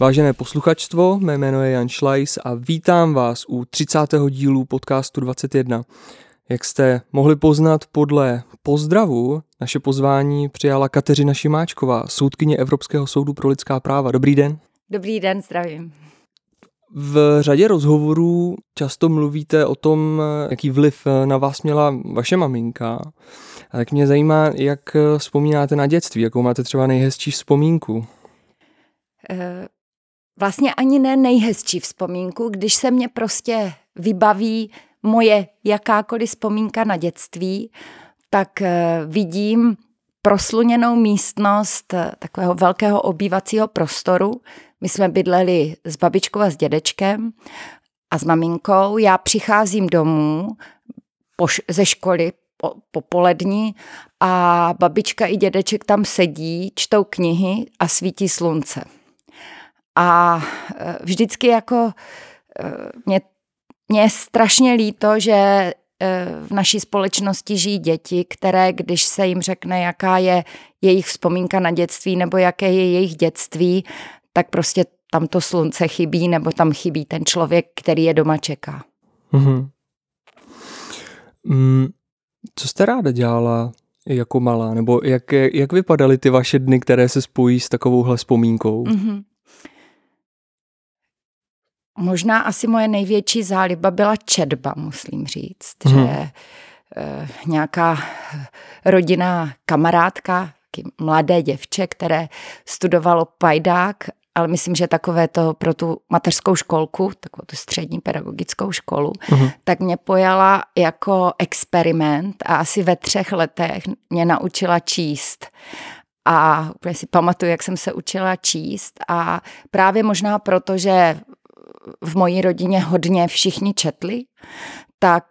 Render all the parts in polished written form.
Vážené posluchačstvo, mé jméno je Jan Šlajs a vítám vás u 30. dílu podcastu 21. Jak jste mohli poznat podle pozdravu, naše pozvání přijala Kateřina Šimáčková, soudkyně Evropského soudu pro lidská práva. Dobrý den. Dobrý den, zdravím. V řadě rozhovorů často mluvíte o tom, jaký vliv na vás měla vaše maminka. A tak mě zajímá, jak vzpomínáte na dětství, jakou máte třeba nejhezčí vzpomínku. Vlastně ani ne nejhezčí vzpomínku, když se mě prostě vybaví moje jakákoliv vzpomínka na dětství, tak vidím prosluněnou místnost takového velkého obývacího prostoru. My jsme bydleli s babičkou a s dědečkem a s maminkou. Já přicházím domů ze školy po poledni a babička i dědeček tam sedí, čtou knihy a svítí slunce. A vždycky jako mě je strašně líto, že v naší společnosti žijí děti, které, když se jim řekne, jaká je jejich vzpomínka na dětství nebo jaké je jejich dětství, tak prostě tam to slunce chybí nebo tam chybí ten člověk, který je doma čeká. Mm-hmm. Co jste ráda dělala jako malá? Nebo jak vypadaly ty vaše dny, které se spojí s takovouhle vzpomínkou? Mm-hmm. Možná asi moje největší záliba byla četba, musím říct, že nějaká rodinná kamarádka, mladé děvče, které studovalo pajdák, ale myslím, že takové to pro tu mateřskou školku, takovou tu střední pedagogickou školu, tak mě pojala jako experiment a asi ve 3 letech mě naučila číst. A úplně si pamatuju, jak jsem se učila číst a právě možná proto, že v mojí rodině hodně všichni četli, tak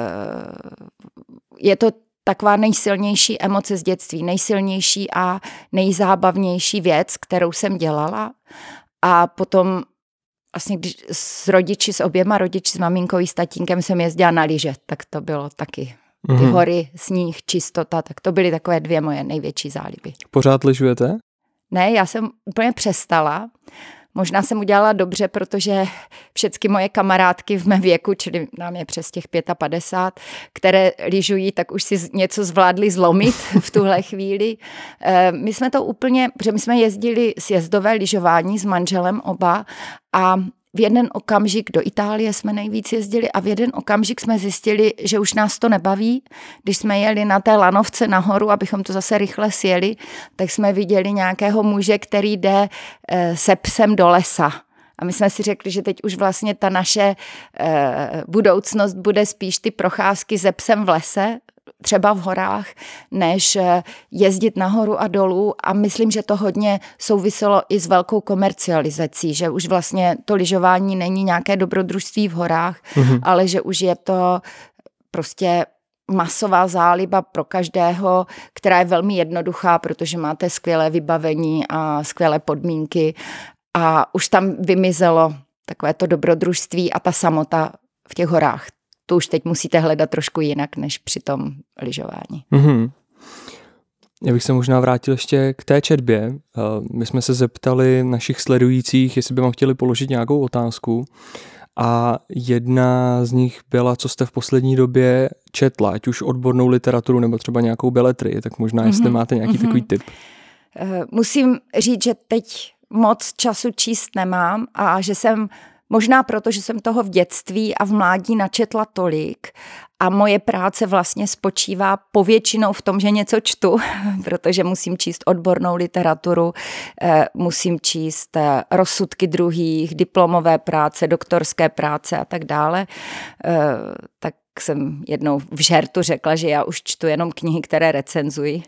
je to taková nejsilnější emoce z dětství, nejsilnější a nejzábavnější věc, kterou jsem dělala. A potom vlastně když s oběma rodiči, s maminkou i s tatínkem jsem jezdila na lyže, tak to bylo taky ty hory, sníh, čistota, tak to byly takové 2 moje největší záliby. Pořád lyžujete? Ne, já jsem úplně přestala. Možná jsem udělala dobře, protože všechny moje kamarádky v mém věku, čili nám je přes těch 55, které lyžují, tak už si něco zvládli zlomit v tuhle chvíli. My jsme to úplně, protože my jsme jezdili sjezdové lyžování s manželem oba a v jeden okamžik do Itálie jsme nejvíc jezdili a v jeden okamžik jsme zjistili, že už nás to nebaví. Když jsme jeli na té lanovce nahoru, abychom to zase rychle sjeli, tak jsme viděli nějakého muže, který jde se psem do lesa. A my jsme si řekli, že teď už vlastně ta naše budoucnost bude spíš ty procházky se psem v lese, třeba v horách, než jezdit nahoru a dolů a myslím, že to hodně souviselo i s velkou komercializací, že už vlastně to lyžování není nějaké dobrodružství v horách, ale že už je to prostě masová záliba pro každého, která je velmi jednoduchá, protože máte skvělé vybavení a skvělé podmínky a už tam vymizelo takové to dobrodružství a ta samota v těch horách. To už teď musíte hledat trošku jinak, než při tom lyžování. Já bych se možná vrátil ještě k té četbě. My jsme se zeptali našich sledujících, jestli by vám chtěli položit nějakou otázku. A jedna z nich byla, co jste v poslední době četla, ať už odbornou literaturu nebo třeba nějakou beletrii, tak možná jestli máte nějaký takový tip. Musím říct, že teď moc času číst nemám a že jsem možná proto, že jsem toho v dětství a v mládí načetla tolik a moje práce vlastně spočívá povětšinou v tom, že něco čtu, protože musím číst odbornou literaturu, musím číst rozsudky druhých, diplomové práce, doktorské práce a tak dále. Tak jsem jednou v žertu řekla, že já už čtu jenom knihy, které recenzuji,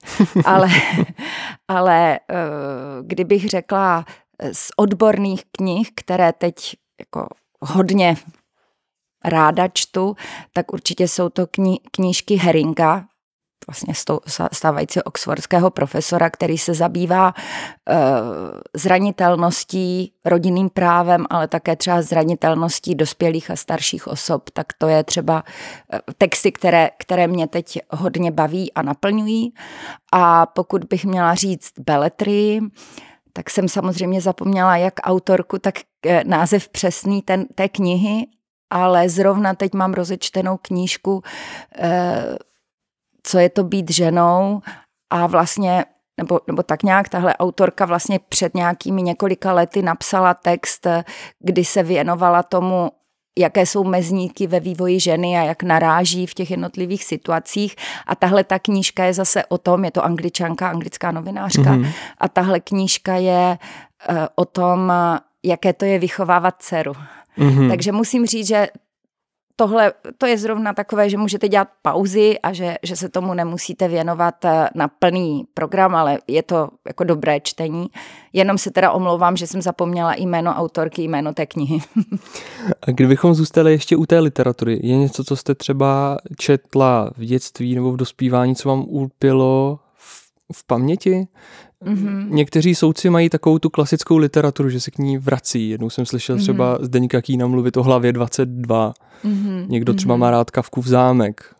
ale kdybych řekla z odborných knih, které teď jako hodně ráda čtu, tak určitě jsou to knížky Herringa, vlastně stávajícího oxfordského profesora, který se zabývá zranitelností, rodinným právem, ale také třeba zranitelností dospělých a starších osob. Tak to je třeba texty, které mě teď hodně baví a naplňují. A pokud bych měla říct beletrii, tak jsem samozřejmě zapomněla jak autorku, tak název přesný té knihy, ale zrovna teď mám rozečtenou knížku Co je to být ženou a vlastně nebo tak nějak tahle autorka vlastně před nějakými několika lety napsala text, kdy se věnovala tomu, jaké jsou mezníky ve vývoji ženy a jak naráží v těch jednotlivých situacích. A tahle ta knížka je zase o tom, je to Angličanka, anglická novinářka, a tahle knížka je o tom, jaké to je vychovávat dceru. Takže musím říct, že tohle, to je zrovna takové, že můžete dělat pauzy a že se tomu nemusíte věnovat na plný program, ale je to jako dobré čtení. Jenom se teda omlouvám, že jsem zapomněla jméno autorky, jméno té knihy. A kdybychom zůstali ještě u té literatury, je něco, co jste třeba četla v dětství nebo v dospívání, co vám ulpělo v paměti? Někteří soudci mají takovou tu klasickou literaturu, že se k ní vrací. Jednou jsem slyšel třeba Zdeňka Kýna mluvit o Hlavě 22. Někdo třeba má rád Kafkův Zámek.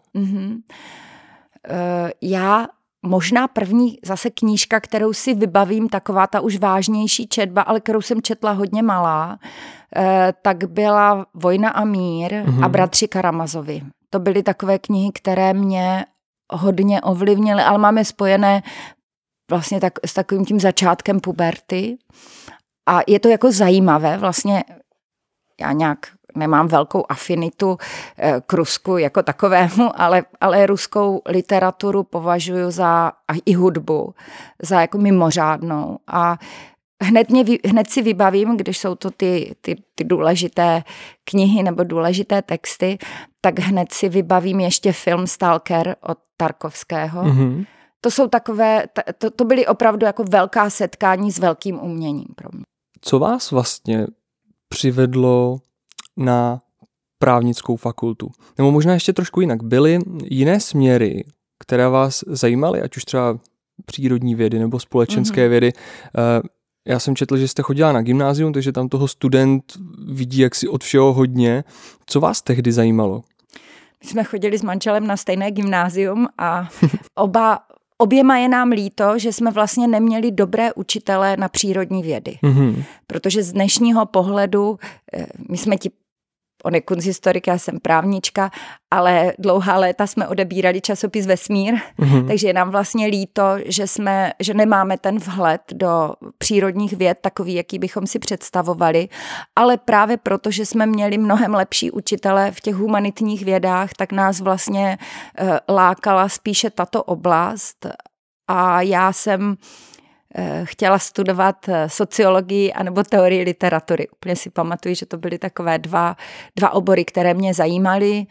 Já možná první zase knížka, kterou si vybavím, taková ta už vážnější četba, ale kterou jsem četla hodně malá, tak byla Vojna a mír a Bratři Karamazovi. To byly takové knihy, které mě hodně ovlivnily, ale máme spojené vlastně s takovým tím začátkem puberty. A je to jako zajímavé, vlastně já nějak nemám velkou afinitu k Rusku jako takovému, ale ruskou literaturu považuji a i hudbu za jako mimořádnou. A hned si vybavím, když jsou to ty důležité knihy nebo důležité texty, tak hned si vybavím ještě film Stalker od Tarkovského. To jsou takové, to byly opravdu jako velká setkání s velkým uměním pro mě. Co vás vlastně přivedlo na právnickou fakultu? Nebo možná ještě trošku jinak. Byly jiné směry, které vás zajímaly, ať už třeba přírodní vědy nebo společenské vědy? Já jsem četl, že jste chodila na gymnázium, takže tam toho student vidí jaksi od všeho hodně. Co vás tehdy zajímalo? My jsme chodili s manželem na stejné gymnázium a oběma je nám líto, že jsme vlastně neměli dobré učitele na přírodní vědy. Protože z dnešního pohledu, my jsme on je kunsthistorik, já jsem právnička, ale dlouhá léta jsme odebírali časopis Vesmír, takže je nám vlastně líto, že nemáme ten vhled do přírodních věd takový, jaký bychom si představovali, ale právě proto, že jsme měli mnohem lepší učitele v těch humanitních vědách, tak nás vlastně lákala spíše tato oblast a já jsem chtěla studovat sociologii anebo teorii literatury. Úplně si pamatuju, že to byly takové dva obory, které mě zajímaly.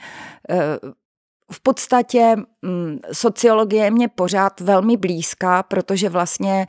V podstatě sociologie je mě pořád velmi blízká, protože vlastně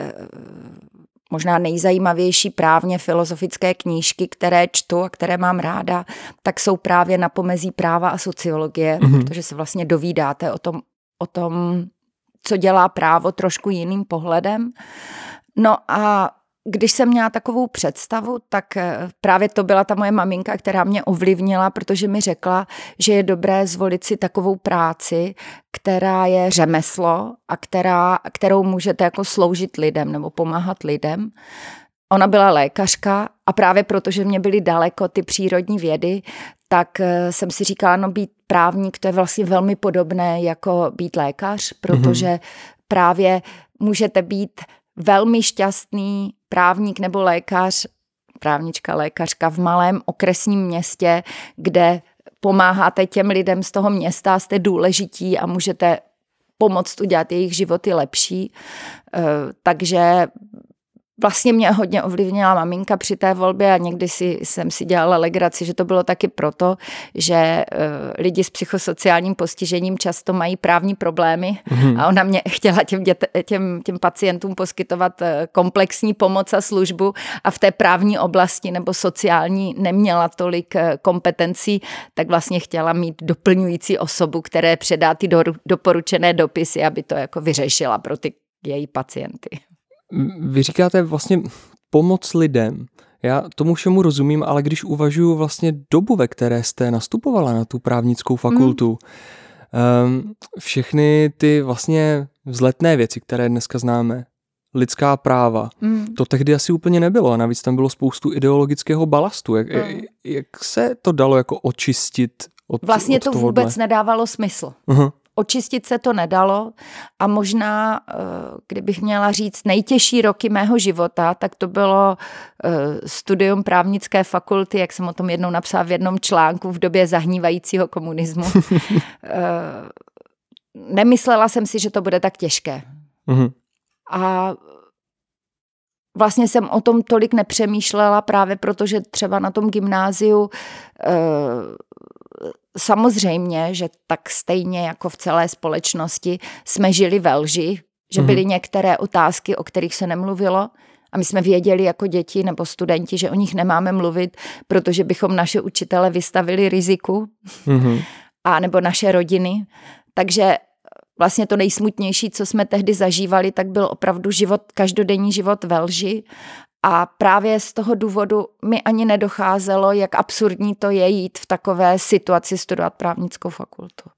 možná nejzajímavější právně filozofické knížky, které čtu a které mám ráda, tak jsou právě na pomezí práva a sociologie, protože se vlastně dovídáte o tom, co dělá právo trošku jiným pohledem. No a když jsem měla takovou představu, tak právě to byla ta moje maminka, která mě ovlivnila, protože mi řekla, že je dobré zvolit si takovou práci, která je řemeslo a kterou můžete jako sloužit lidem nebo pomáhat lidem. Ona byla lékařka a právě protože mě byly daleko ty přírodní vědy, tak jsem si říkala, no být právník, to je vlastně velmi podobné jako být lékař, protože právě můžete být velmi šťastný právník nebo lékař, právnička, lékařka v malém okresním městě, kde pomáháte těm lidem z toho města, jste důležití a můžete pomoct udělat jejich životy lepší. Takže vlastně mě hodně ovlivnila maminka při té volbě a někdy jsem si dělala legraci, že to bylo taky proto, že lidi s psychosociálním postižením často mají právní problémy a ona mě chtěla těm pacientům poskytovat komplexní pomoc a službu a v té právní oblasti nebo sociální neměla tolik kompetencí, tak vlastně chtěla mít doplňující osobu, které předá ty doporučené dopisy, aby to jako vyřešila pro ty její pacienty. Vy říkáte vlastně pomoc lidem. Já tomu všemu rozumím, ale když uvažuji vlastně dobu, ve které jste nastupovala na tu právnickou fakultu, všechny ty vlastně vzletné věci, které dneska známe, lidská práva. To tehdy asi úplně nebylo a navíc tam bylo spoustu ideologického balastu. Jak se to dalo jako očistit od Vlastně to tohodle? vůbec nedávalo smysl. Očistit se to nedalo a možná, kdybych měla říct nejtěžší roky mého života, tak to bylo studium právnické fakulty, jak jsem o tom jednou napsala v jednom článku v době zahnívajícího komunismu. Nemyslela jsem si, že to bude tak těžké. A vlastně jsem o tom tolik nepřemýšlela právě protože třeba na tom gymnáziu samozřejmě, že tak stejně jako v celé společnosti jsme žili ve lži, že byly některé otázky, o kterých se nemluvilo a my jsme věděli jako děti nebo studenti, že o nich nemáme mluvit, protože bychom naše učitele vystavili riziku a nebo naše rodiny. Takže vlastně to nejsmutnější, co jsme tehdy zažívali, tak byl opravdu každodenní život ve lži. A právě z toho důvodu mi ani nedocházelo, jak absurdní to je jít v takové situaci studovat právnickou fakultu.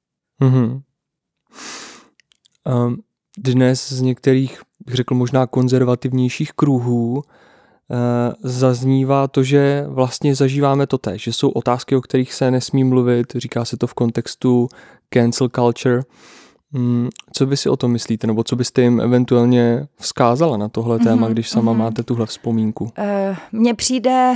Dnes z některých, bych řekl, možná konzervativnějších kruhů zaznívá to, že vlastně zažíváme to též, že jsou otázky, o kterých se nesmí mluvit, říká se to v kontextu cancel culture. Co vy si o tom myslíte, nebo co byste jim eventuálně vzkázala na tohle téma, když sama máte tuhle vzpomínku? Mně přijde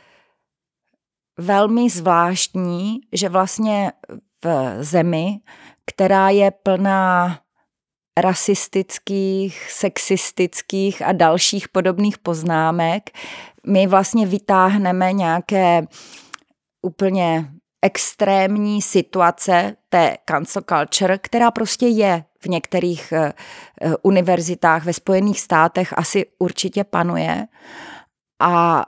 velmi zvláštní, že vlastně v zemi, která je plná rasistických, sexistických a dalších podobných poznámek, my vlastně vytáhneme nějaké úplně extrémní situace té cancel culture, která prostě je v některých univerzitách ve Spojených státech, asi určitě panuje. A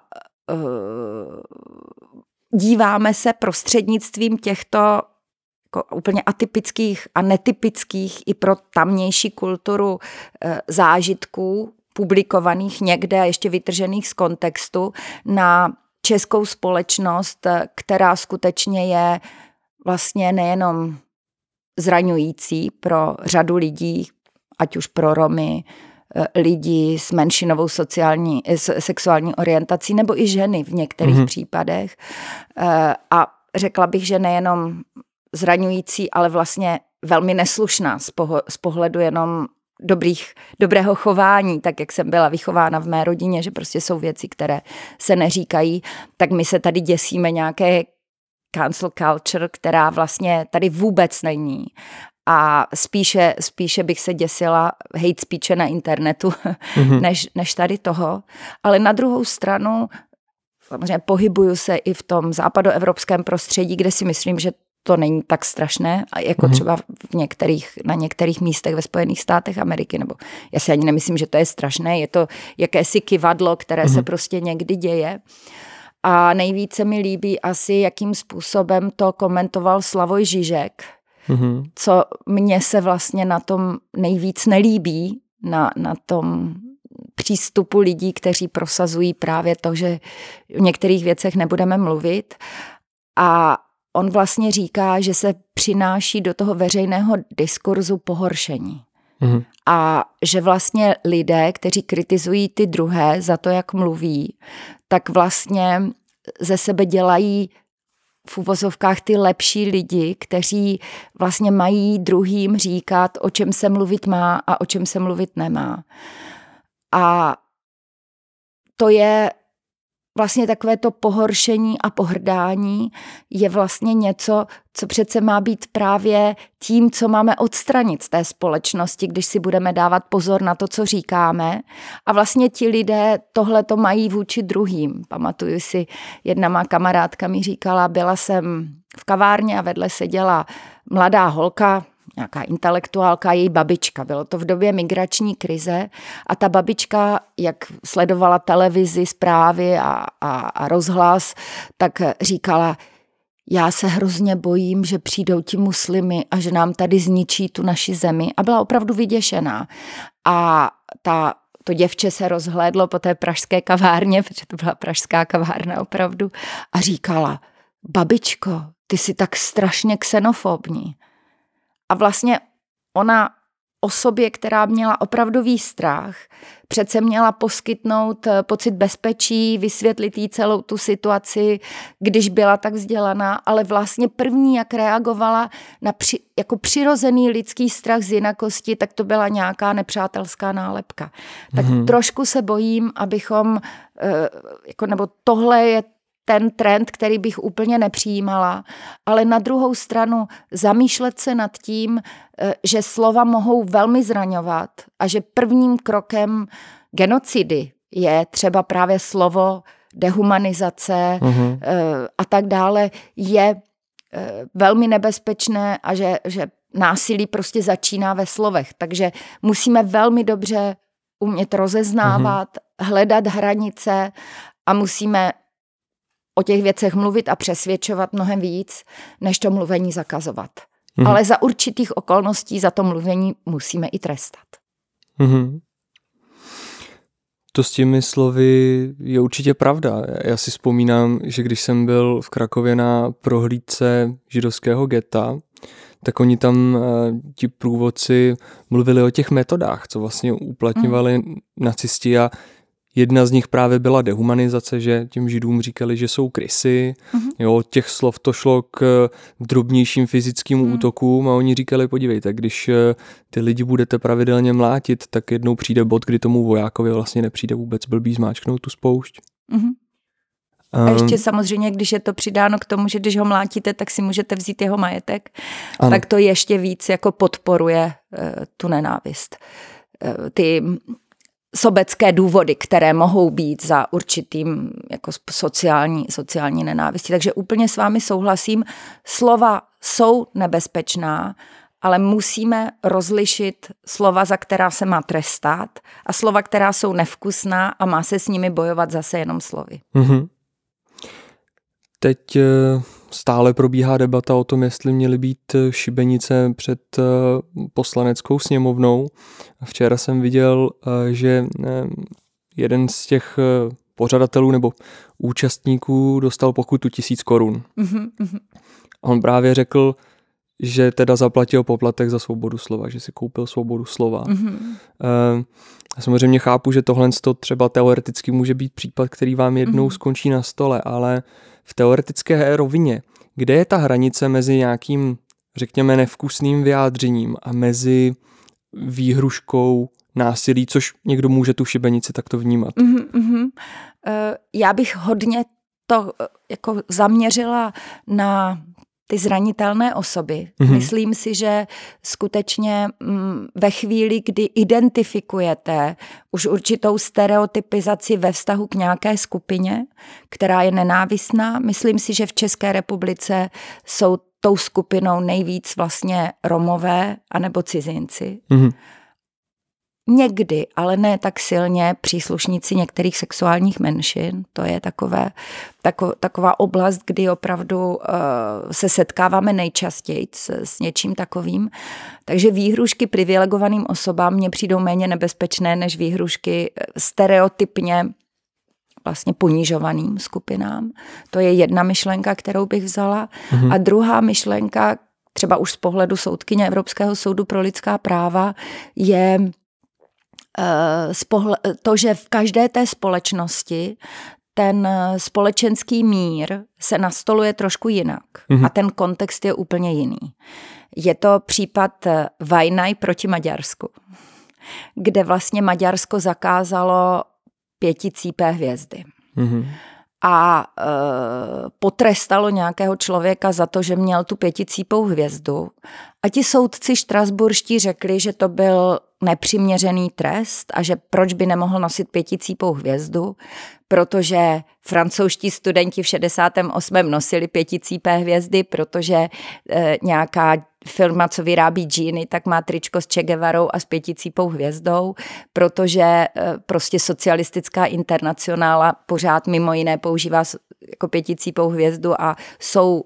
díváme se prostřednictvím těchto jako úplně atypických a netypických i pro tamnější kulturu zážitků, publikovaných někde a ještě vytržených z kontextu, na českou společnost, která skutečně je vlastně nejenom zraňující pro řadu lidí, ať už pro Romy, lidi s menšinovou sexuální orientací, nebo i ženy v některých případech. A řekla bych, že nejenom zraňující, ale vlastně velmi neslušná z pohledu jenom dobrého chování, tak jak jsem byla vychována v mé rodině, že prostě jsou věci, které se neříkají, tak my se tady děsíme nějaké cancel culture, která vlastně tady vůbec není. A spíše bych se děsila hate speeche na internetu, než tady toho. Ale na druhou stranu samozřejmě pohybuju se i v tom západoevropském prostředí, kde si myslím, že to není tak strašné, jako třeba na některých místech ve Spojených státech Ameriky, nebo já si ani nemyslím, že to je strašné, je to jakési kyvadlo, které se prostě někdy děje. A nejvíce mi líbí asi, jakým způsobem to komentoval Slavoj Žižek, co mně se vlastně na tom nejvíc nelíbí, na tom přístupu lidí, kteří prosazují právě to, že o některých věcech nebudeme mluvit. A on vlastně říká, že se přináší do toho veřejného diskurzu pohoršení. A že vlastně lidé, kteří kritizují ty druhé za to, jak mluví, tak vlastně ze sebe dělají v uvozovkách ty lepší lidi, kteří vlastně mají druhým říkat, o čem se mluvit má a o čem se mluvit nemá. A to je vlastně takové to pohoršení a pohrdání je vlastně něco, co přece má být právě tím, co máme odstranit z té společnosti, když si budeme dávat pozor na to, co říkáme. A vlastně ti lidé tohle to mají vůči druhým. Pamatuju si, jedna má kamarádka mi říkala, byla jsem v kavárně a vedle seděla mladá holka, nějaká intelektuálka, její babička. Bylo to v době migrační krize a ta babička, jak sledovala televizi, zprávy a rozhlas, tak říkala, já se hrozně bojím, že přijdou ti muslimy a že nám tady zničí tu naši zemi. A byla opravdu vyděšená. A to děvče se rozhlédlo po té pražské kavárně, protože to byla pražská kavárna opravdu, a říkala, babičko, ty jsi tak strašně xenofobní. A vlastně ona osobě, která měla opravdový strach, přece měla poskytnout pocit bezpečí, vysvětlit jí celou tu situaci, když byla tak vzdělaná, ale vlastně první, jak reagovala na jako přirozený lidský strach z jinakosti, tak to byla nějaká nepřátelská nálepka. Tak trošku se bojím, abychom, nebo tohle je ten trend, který bych úplně nepřijímala, ale na druhou stranu zamýšlet se nad tím, že slova mohou velmi zraňovat a že prvním krokem genocidy je třeba právě slovo, dehumanizace a tak dále, je velmi nebezpečné a že násilí prostě začíná ve slovech. Takže musíme velmi dobře umět rozeznávat, hledat hranice a musíme o těch věcech mluvit a přesvědčovat mnohem víc, než to mluvení zakazovat. Ale za určitých okolností za to mluvení musíme i trestat. To s těmi slovy je určitě pravda. Já si vzpomínám, že když jsem byl v Krakově na prohlídce židovského getta, tak oni tam, ti průvodci, mluvili o těch metodách, co vlastně uplatňovali nacisti a jedna z nich právě byla dehumanizace, že těm židům říkali, že jsou krysy. Jo, od těch slov to šlo k drobnějším fyzickým útokům a oni říkali, podívejte, když ty lidi budete pravidelně mlátit, tak jednou přijde bod, kdy tomu vojákovi vlastně nepřijde vůbec blbý zmáčknout tu spoušť. A ještě samozřejmě, když je to přidáno k tomu, že když ho mlátíte, tak si můžete vzít jeho majetek, tak to ještě víc jako podporuje tu nenávist. Ty sobecké důvody, které mohou být za určitým jako sociální nenávistí. Takže úplně s vámi souhlasím. Slova jsou nebezpečná, ale musíme rozlišit slova, za která se má trestat a slova, která jsou nevkusná a má se s nimi bojovat zase jenom slovy. Teď stále probíhá debata o tom, jestli měly být šibenice před poslaneckou sněmovnou. Včera jsem viděl, že jeden z těch pořadatelů nebo účastníků dostal pokutu 1000 korun. On právě řekl, že teda zaplatil poplatek za svobodu slova, že si koupil svobodu slova. Samozřejmě chápu, že tohle třeba teoreticky může být případ, který vám jednou skončí na stole, ale v teoretické rovině, kde je ta hranice mezi nějakým, řekněme, nevkusným vyjádřením a mezi výhruškou násilí, což někdo může tu šibenici takto vnímat? Já bych hodně to jako zaměřila na ty zranitelné osoby. Myslím si, že skutečně ve chvíli, kdy identifikujete už určitou stereotypizaci ve vztahu k nějaké skupině, která je nenávistná, myslím si, že v České republice jsou tou skupinou nejvíc vlastně Romové anebo cizinci. Někdy, ale ne tak silně, příslušníci některých sexuálních menšin. To je taková oblast, kdy opravdu se setkáváme nejčastěji s něčím takovým. Takže výhrušky privilegovaným osobám mně přijdou méně nebezpečné než výhrušky stereotypně vlastně ponižovaným skupinám. To je jedna myšlenka, kterou bych vzala. A druhá myšlenka, třeba už z pohledu soudkyně Evropského soudu pro lidská práva, je to, že v každé té společnosti ten společenský mír se nastoluje trošku jinak a ten kontext je úplně jiný. Je to případ Vajnaj proti Maďarsku, kde vlastně Maďarsko zakázalo 5cípé hvězdy. A potrestalo nějakého člověka za to, že měl tu 5cípou hvězdu. A ti soudci štrasburští řekli, že to byl nepřiměřený trest a že proč by nemohl nosit 5cípou hvězdu, protože francouzští studenti v 68. nosili 5cípé hvězdy, protože nějaká firma, co vyrábí džíny, tak má tričko s Che Guevarou a s 5cípou hvězdou, protože prostě socialistická internacionála pořád mimo jiné používá jako 5cípou hvězdu a jsou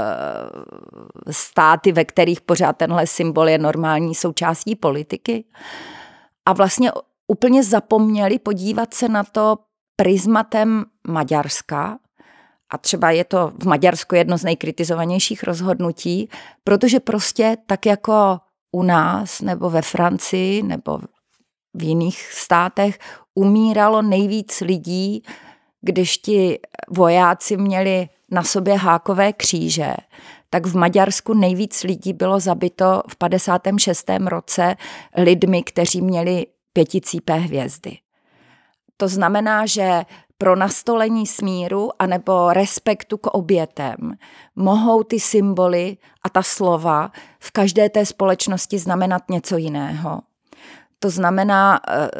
státy, ve kterých pořád tenhle symbol je normální součástí politiky. A vlastně úplně zapomněli podívat se na to prismatem Maďarska, a třeba je to v Maďarsku jedno z nejkritizovanějších rozhodnutí, protože prostě tak jako u nás nebo ve Francii nebo v jiných státech umíralo nejvíc lidí, když ti vojáci měli na sobě hákové kříže, tak v Maďarsku nejvíc lidí bylo zabito v 56. roce lidmi, kteří měli 5cípé hvězdy. To znamená, že pro nastolení smíru anebo respektu k obětem mohou ty symboly a ta slova v každé té společnosti znamenat něco jiného. To znamená,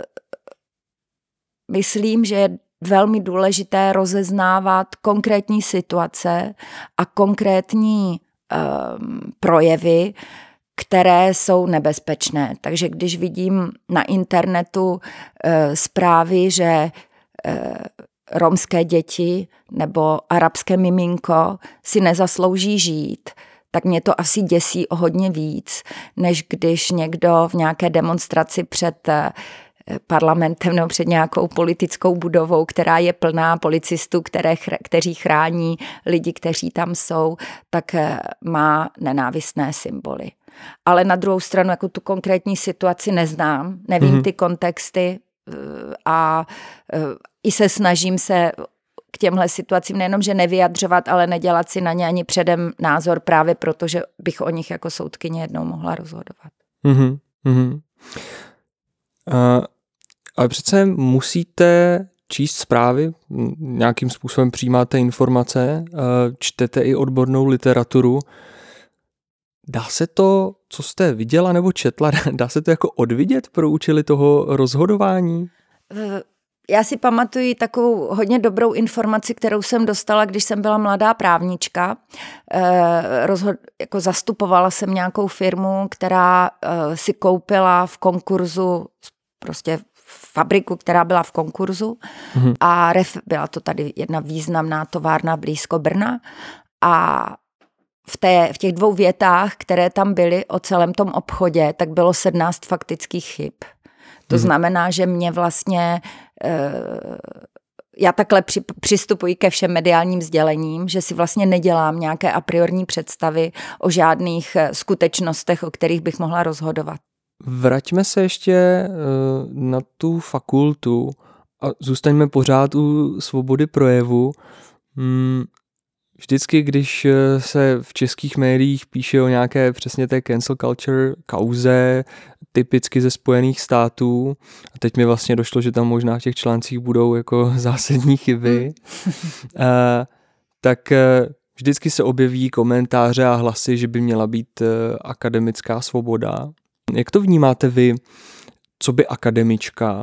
myslím, že je velmi důležité rozeznávat konkrétní situace a konkrétní projevy, které jsou nebezpečné. Takže když vidím na internetu zprávy, že romské děti nebo arabské miminko si nezaslouží žít, tak mě to asi děsí o hodně víc, než když někdo v nějaké demonstraci před parlamentem nebo před nějakou politickou budovou, která je plná policistů, kteří chrání lidi, kteří tam jsou, tak má nenávistné symboly. Ale na druhou stranu jako tu konkrétní situaci neznám, nevím ty kontexty a i se snažím se k těmhle situacím nejenom, že nevyjadřovat, ale nedělat si na ně ani předem názor právě proto, že bych o nich jako soudkyně jednou mohla rozhodovat. Ale přece musíte číst zprávy, nějakým způsobem přijímáte informace, čtete i odbornou literaturu. Dá se to, co jste viděla nebo četla, dá se to jako odvidět pro účely toho rozhodování? Já si pamatuju takovou hodně dobrou informaci, kterou jsem dostala, když jsem byla mladá právnička. Jako zastupovala jsem nějakou firmu, která si koupila v konkurzu prostě fabriku, která byla v konkurzu a byla to tady jedna významná továrna blízko Brna a v těch 2 větách, které tam byly o celém tom obchodě, tak bylo 17 faktických chyb. To znamená, že mě vlastně, já takhle přistupuji ke všem mediálním sdělením, že si vlastně nedělám nějaké a priorní představy o žádných skutečnostech, o kterých bych mohla rozhodovat. Vraťme se ještě na tu fakultu a zůstaňme pořád u svobody projevu. Vždycky, když se v českých médiích píše o nějaké přesně té cancel culture kauze, typicky ze Spojených států, a teď mi vlastně došlo, že tam možná v těch článcích budou jako zásadní chyby, tak vždycky se objeví komentáře a hlasy, že by měla být akademická svoboda. Jak to vnímáte vy, co by akademička?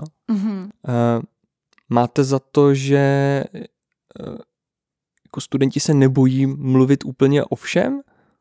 Máte za to, že jako studenti se nebojí mluvit úplně o všem?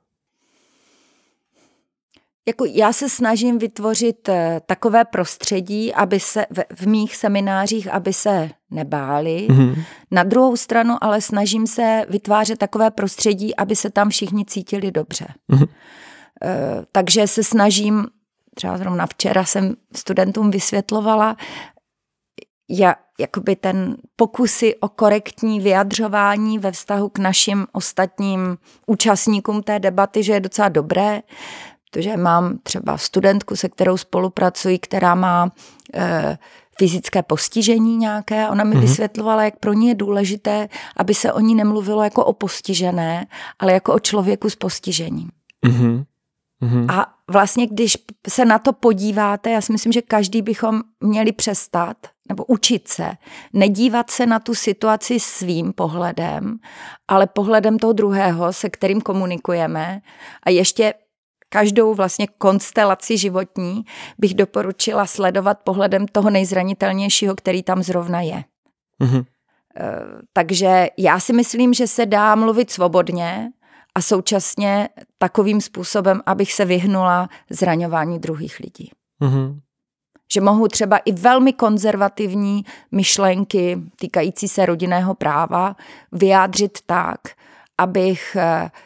Jako já se snažím vytvořit takové prostředí, aby se v mých seminářích, aby se nebáli. Na druhou stranu ale snažím se vytvářet takové prostředí, aby se tam všichni cítili dobře. Takže se snažím, třeba zrovna včera jsem studentům vysvětlovala, jakoby ten pokusy o korektní vyjadřování ve vztahu k našim ostatním účastníkům té debaty, že je docela dobré, protože mám třeba studentku, se kterou spolupracuji, která má fyzické postižení nějaké. Ona mi vysvětlovala, jak pro ní je důležité, aby se o ní nemluvilo jako o postižené, ale jako o člověku s postižením. A vlastně, když se na to podíváte, já si myslím, že každý bychom měli přestat nebo učit se, nedívat se na tu situaci svým pohledem, ale pohledem toho druhého, se kterým komunikujeme, a ještě každou vlastně konstelaci životní bych doporučila sledovat pohledem toho nejzranitelnějšího, který tam zrovna je. Takže já si myslím, že se dá mluvit svobodně a současně takovým způsobem, abych se vyhnula zraňování druhých lidí. Že mohu třeba i velmi konzervativní myšlenky týkající se rodinného práva vyjádřit tak, abych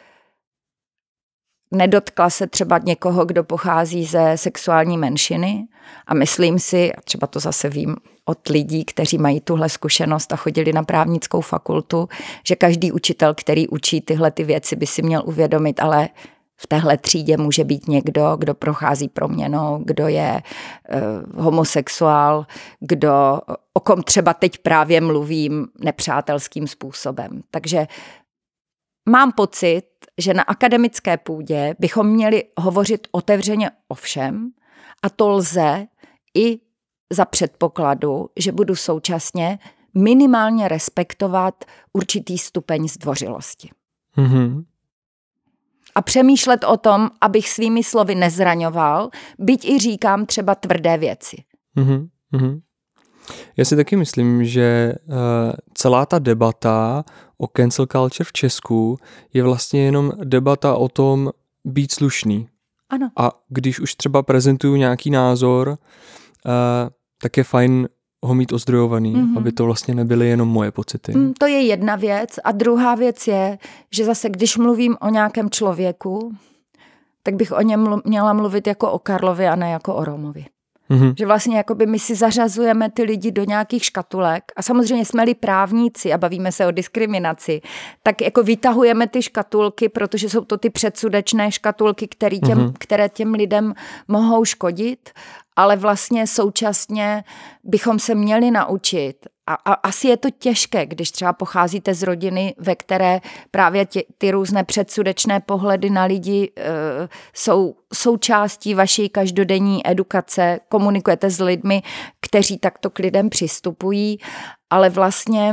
nedotkla se třeba někoho, kdo pochází ze sexuální menšiny, a myslím si, a třeba to zase vím od lidí, kteří mají tuhle zkušenost a chodili na právnickou fakultu, že každý učitel, který učí tyhle ty věci, by si měl uvědomit, ale v téhle třídě může být někdo, kdo prochází proměnou, kdo je homosexuál, o kom třeba teď právě mluvím nepřátelským způsobem. Takže mám pocit, že na akademické půdě bychom měli hovořit otevřeně o všem a to lze i za předpokladu, že budu současně minimálně respektovat určitý stupeň zdvořilosti. Mm-hmm. A přemýšlet o tom, abych svými slovy nezraňoval, byť i říkám třeba tvrdé věci. Mm-hmm. Já si taky myslím, že celá ta debata o cancel culture v Česku je vlastně jenom debata o tom být slušný. Ano. A když už třeba prezentuju nějaký názor, tak je fajn ho mít ozdrojovaný, aby to vlastně nebyly jenom moje pocity. To je jedna věc. A druhá věc je, že zase když mluvím o nějakém člověku, tak bych o něm měla mluvit jako o Karlovi a ne jako o Romovi. Že vlastně jakoby my si zařazujeme ty lidi do nějakých škatulek a samozřejmě jsme-li právníci a bavíme se o diskriminaci, tak jako vytahujeme ty škatulky, protože jsou to ty předsudečné škatulky, které těm lidem mohou škodit, ale vlastně současně bychom se měli naučit. A asi je to těžké, když třeba pocházíte z rodiny, ve které právě ty různé předsudečné pohledy na lidi jsou součástí vaší každodenní edukace, komunikujete s lidmi, kteří takto k lidem přistupují, ale vlastně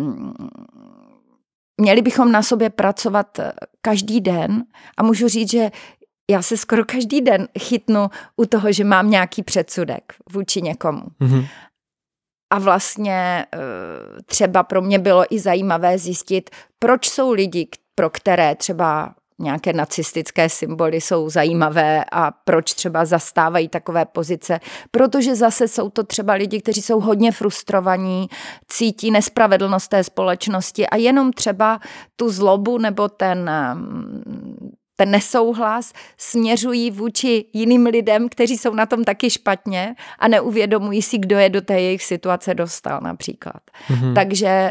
měli bychom na sobě pracovat každý den a můžu říct, že já se skoro každý den chytnu u toho, že mám nějaký předsudek vůči někomu. A vlastně třeba pro mě bylo i zajímavé zjistit, proč jsou lidi, pro které třeba nějaké nacistické symboly jsou zajímavé a proč třeba zastávají takové pozice. Protože zase jsou to třeba lidi, kteří jsou hodně frustrovaní, cítí nespravedlnost té společnosti a jenom třeba tu zlobu nebo ten nesouhlas směřují vůči jiným lidem, kteří jsou na tom taky špatně a neuvědomují si, kdo je do té jejich situace dostal například. Takže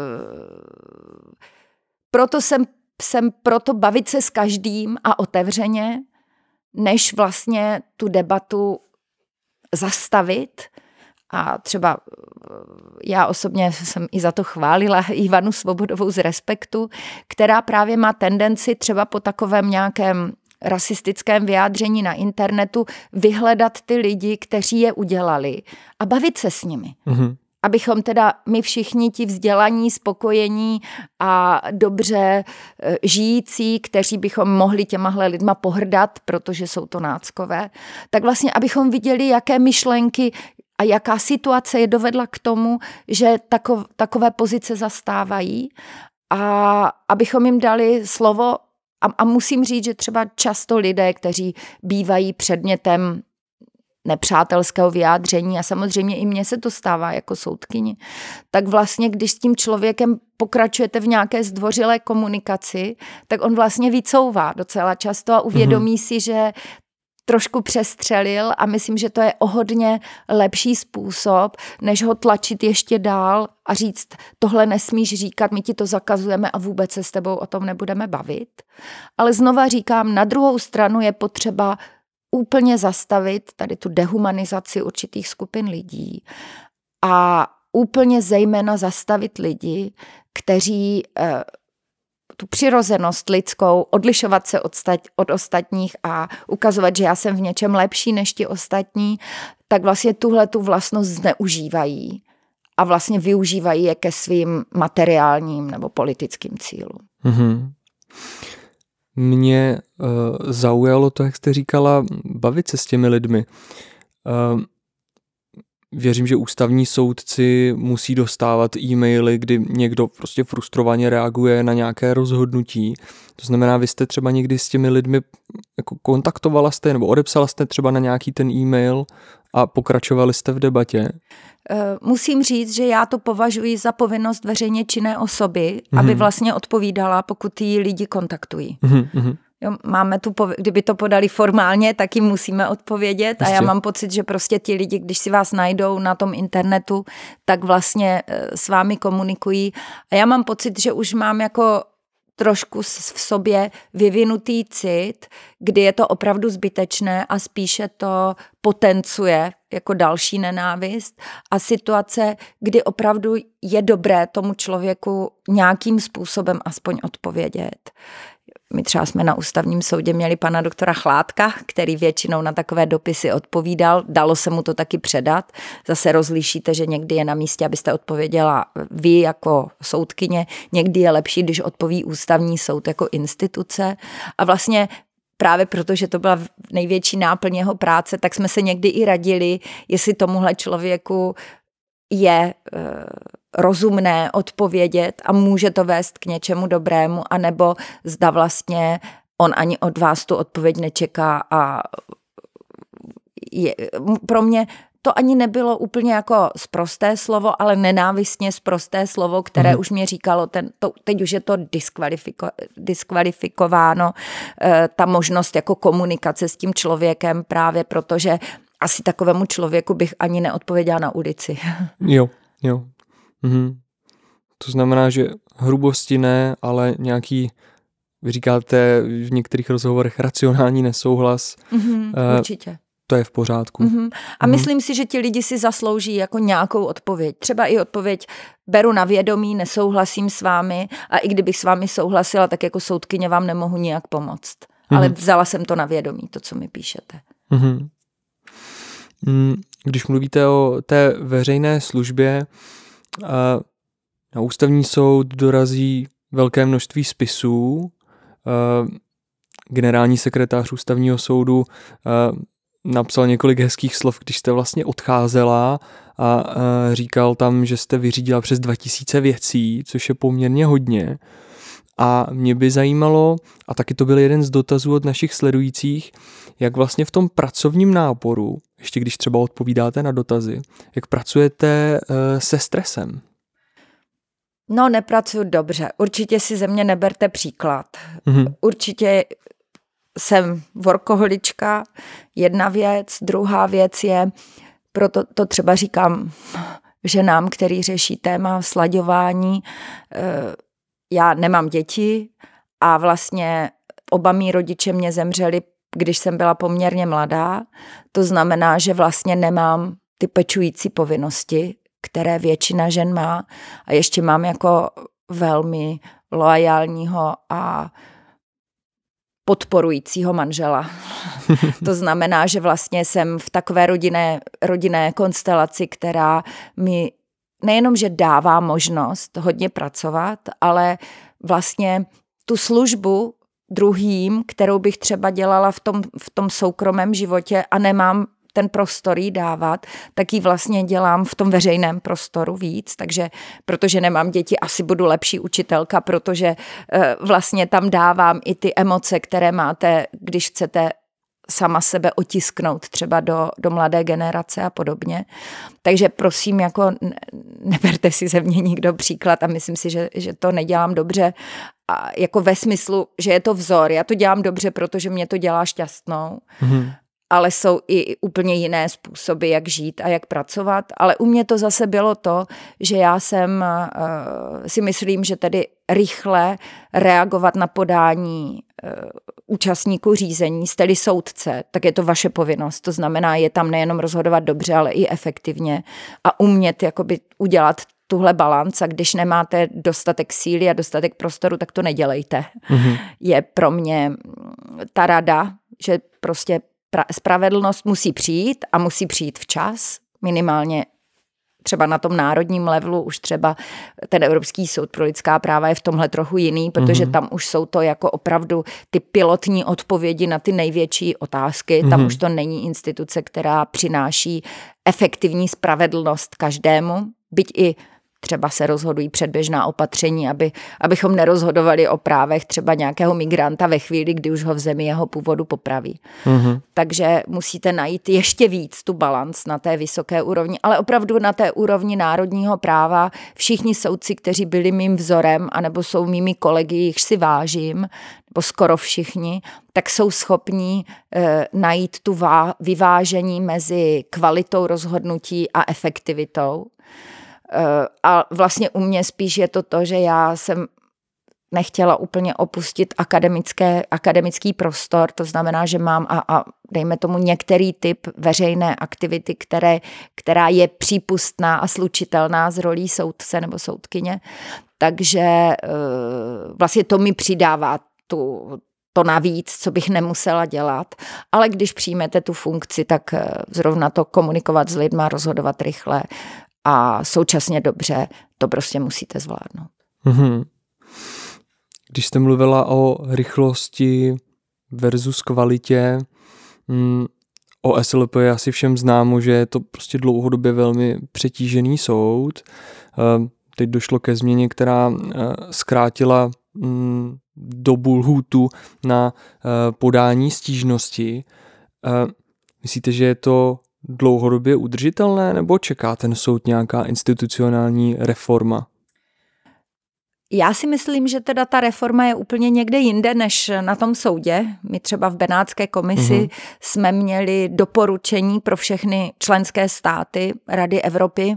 proto jsem proto bavit se s každým a otevřeně, než vlastně tu debatu zastavit. A třeba já osobně jsem i za to chválila Ivanu Svobodovou z Respektu, která právě má tendenci třeba po takovém nějakém rasistickém vyjádření na internetu vyhledat ty lidi, kteří je udělali a bavit se s nimi. Abychom teda my všichni ti vzdělaní, spokojení a dobře žijící, kteří bychom mohli těmahle lidma pohrdat, protože jsou to náckové, tak vlastně abychom viděli, jaké myšlenky a jaká situace je dovedla k tomu, že takové pozice zastávají a abychom jim dali slovo a musím říct, že třeba často lidé, kteří bývají předmětem nepřátelského vyjádření a samozřejmě i mně se to stává jako soudkyni, tak vlastně, když s tím člověkem pokračujete v nějaké zdvořilé komunikaci, tak on vlastně vycouvá docela často a uvědomí si, že trošku přestřelil a myslím, že to je o hodně lepší způsob, než ho tlačit ještě dál a říct, tohle nesmíš říkat, my ti to zakazujeme a vůbec se s tebou o tom nebudeme bavit. Ale znova říkám, na druhou stranu je potřeba úplně zastavit tady tu dehumanizaci určitých skupin lidí a úplně zejména zastavit lidi, kteří tu přirozenost lidskou, odlišovat se od ostatních a ukazovat, že já jsem v něčem lepší než ti ostatní, tak vlastně tu vlastnost zneužívají a vlastně využívají je ke svým materiálním nebo politickým cílům. Mě zaujalo to, jak jste říkala, bavit se s těmi lidmi. Věřím, že ústavní soudci musí dostávat e-maily, kdy někdo prostě frustrovaně reaguje na nějaké rozhodnutí. To znamená, vy jste třeba někdy s těmi lidmi jako kontaktovala jste nebo odepsala jste třeba na nějaký ten e-mail a pokračovali jste v debatě? Musím říct, že já to považuji za povinnost veřejně činné osoby, aby vlastně odpovídala, pokud jí lidi kontaktují. Jo, máme kdyby to podali formálně, tak jim musíme odpovědět a já mám pocit, že prostě ti lidi, když si vás najdou na tom internetu, tak vlastně s vámi komunikují a já mám pocit, že už mám jako trošku v sobě vyvinutý cit, kdy je to opravdu zbytečné a spíše to potencuje jako další nenávist a situace, kdy opravdu je dobré tomu člověku nějakým způsobem aspoň odpovědět. My třeba jsme na ústavním soudě měli pana doktora Chládka, který většinou na takové dopisy odpovídal. Dalo se mu to taky předat. Zase rozlišíte, že někdy je na místě, abyste odpověděla vy jako soudkyně. Někdy je lepší, když odpoví ústavní soud jako instituce. A vlastně právě protože to byla největší náplň jeho práce, tak jsme se někdy i radili, jestli tomuhle člověku je rozumné odpovědět a může to vést k něčemu dobrému, anebo zda vlastně on ani od vás tu odpověď nečeká a pro mě to ani nebylo úplně jako sprosté slovo, ale nenávistně sprosté slovo, které už mě říkalo, teď už je to diskvalifikováno, ta možnost jako komunikace s tím člověkem právě protože asi takovému člověku bych ani neodpověděla na ulici. Jo. To znamená, že hrubosti ne, ale nějaký, vy říkáte v některých rozhovorech, racionální nesouhlas. Určitě. To je v pořádku. A myslím si, že ti lidi si zaslouží jako nějakou odpověď. Třeba i odpověď beru na vědomí, nesouhlasím s vámi a i kdybych s vámi souhlasila, tak jako soudkyně vám nemohu nijak pomoct. Ale vzala jsem to na vědomí, to, co mi píšete. Když mluvíte o té veřejné službě, na ústavní soud dorazí velké množství spisů. Generální sekretář ústavního soudu napsal několik hezkých slov, když jste vlastně odcházela a říkal tam, že jste vyřídila přes 2000 věcí, což je poměrně hodně. A mě by zajímalo, a taky to byl jeden z dotazů od našich sledujících, jak vlastně v tom pracovním náporu, ještě když třeba odpovídáte na dotazy, jak pracujete se stresem? No, nepracuju dobře. Určitě si ze mě neberte příklad. Určitě jsem workoholička, jedna věc. Druhá věc je, proto to třeba říkám ženám, který řeší téma slaďování. Já nemám děti a vlastně oba mí rodiče mě zemřeli, když jsem byla poměrně mladá. To znamená, že vlastně nemám ty pečující povinnosti, které většina žen má. A ještě mám jako velmi loajálního a podporujícího manžela. To znamená, že vlastně jsem v takové rodinné konstelaci, která mi nejenom, že dává možnost hodně pracovat, ale vlastně tu službu druhým, kterou bych třeba dělala v tom soukromém životě a nemám ten prostor jí dávat, tak ji vlastně dělám v tom veřejném prostoru víc, takže protože nemám děti, asi budu lepší učitelka, protože vlastně tam dávám i ty emoce, které máte, když chcete sama sebe otisknout třeba do mladé generace a podobně. Takže prosím, jako neberte si ze mě nikdo příklad a myslím si, že to nedělám dobře. A jako ve smyslu, že je to vzor. Já to dělám dobře, protože mě to dělá šťastnou. Ale jsou i úplně jiné způsoby, jak žít a jak pracovat. Ale u mě to zase bylo to, že já jsem si myslím, že tedy rychle reagovat na podání účastníků řízení, jste-li soudce, tak je to vaše povinnost. To znamená, je tam nejenom rozhodovat dobře, ale i efektivně a umět jakoby udělat tuhle balanc a když nemáte dostatek síly a dostatek prostoru, tak to nedělejte. Je pro mě ta rada, že prostě spravedlnost musí přijít a musí přijít včas, minimálně třeba na tom národním levelu, už třeba ten Evropský soud pro lidská práva je v tomhle trochu jiný, protože tam už jsou to jako opravdu ty pilotní odpovědi na ty největší otázky. Tam už to není instituce, která přináší efektivní spravedlnost každému, byť i třeba se rozhodují předběžná opatření, abychom nerozhodovali o právech třeba nějakého migranta ve chvíli, kdy už ho v zemi jeho původu popraví. Takže musíte najít ještě víc tu balanc na té vysoké úrovni, ale opravdu na té úrovni národního práva všichni soudci, kteří byli mým vzorem, anebo jsou mými kolegy, jichž si vážím, nebo skoro všichni, tak jsou schopní najít tu vyvážení mezi kvalitou rozhodnutí a efektivitou. A vlastně u mě spíš je to, že já jsem nechtěla úplně opustit akademický prostor, to znamená, že mám a dejme tomu některý typ veřejné aktivity, která je přípustná a slučitelná s rolí soudce nebo soudkyně. Takže vlastně to mi přidává to navíc, co bych nemusela dělat. Ale když přijmete tu funkci, tak zrovna to komunikovat s lidma, rozhodovat rychle a současně dobře, to prostě musíte zvládnout. Mm-hmm. Když jste mluvila o rychlosti versus kvalitě, o SLP je asi všem známo, že je to prostě dlouhodobě velmi přetížený soud. Teď došlo ke změně, která zkrátila dobu lhůtu na podání stížnosti. Myslíte, že je to dlouhodobě udržitelné, nebo čeká ten soud nějaká institucionální reforma? Já si myslím, že teda ta reforma je úplně někde jinde než na tom soudě. My třeba v Benátské komisi jsme měli doporučení pro všechny členské státy Rady Evropy,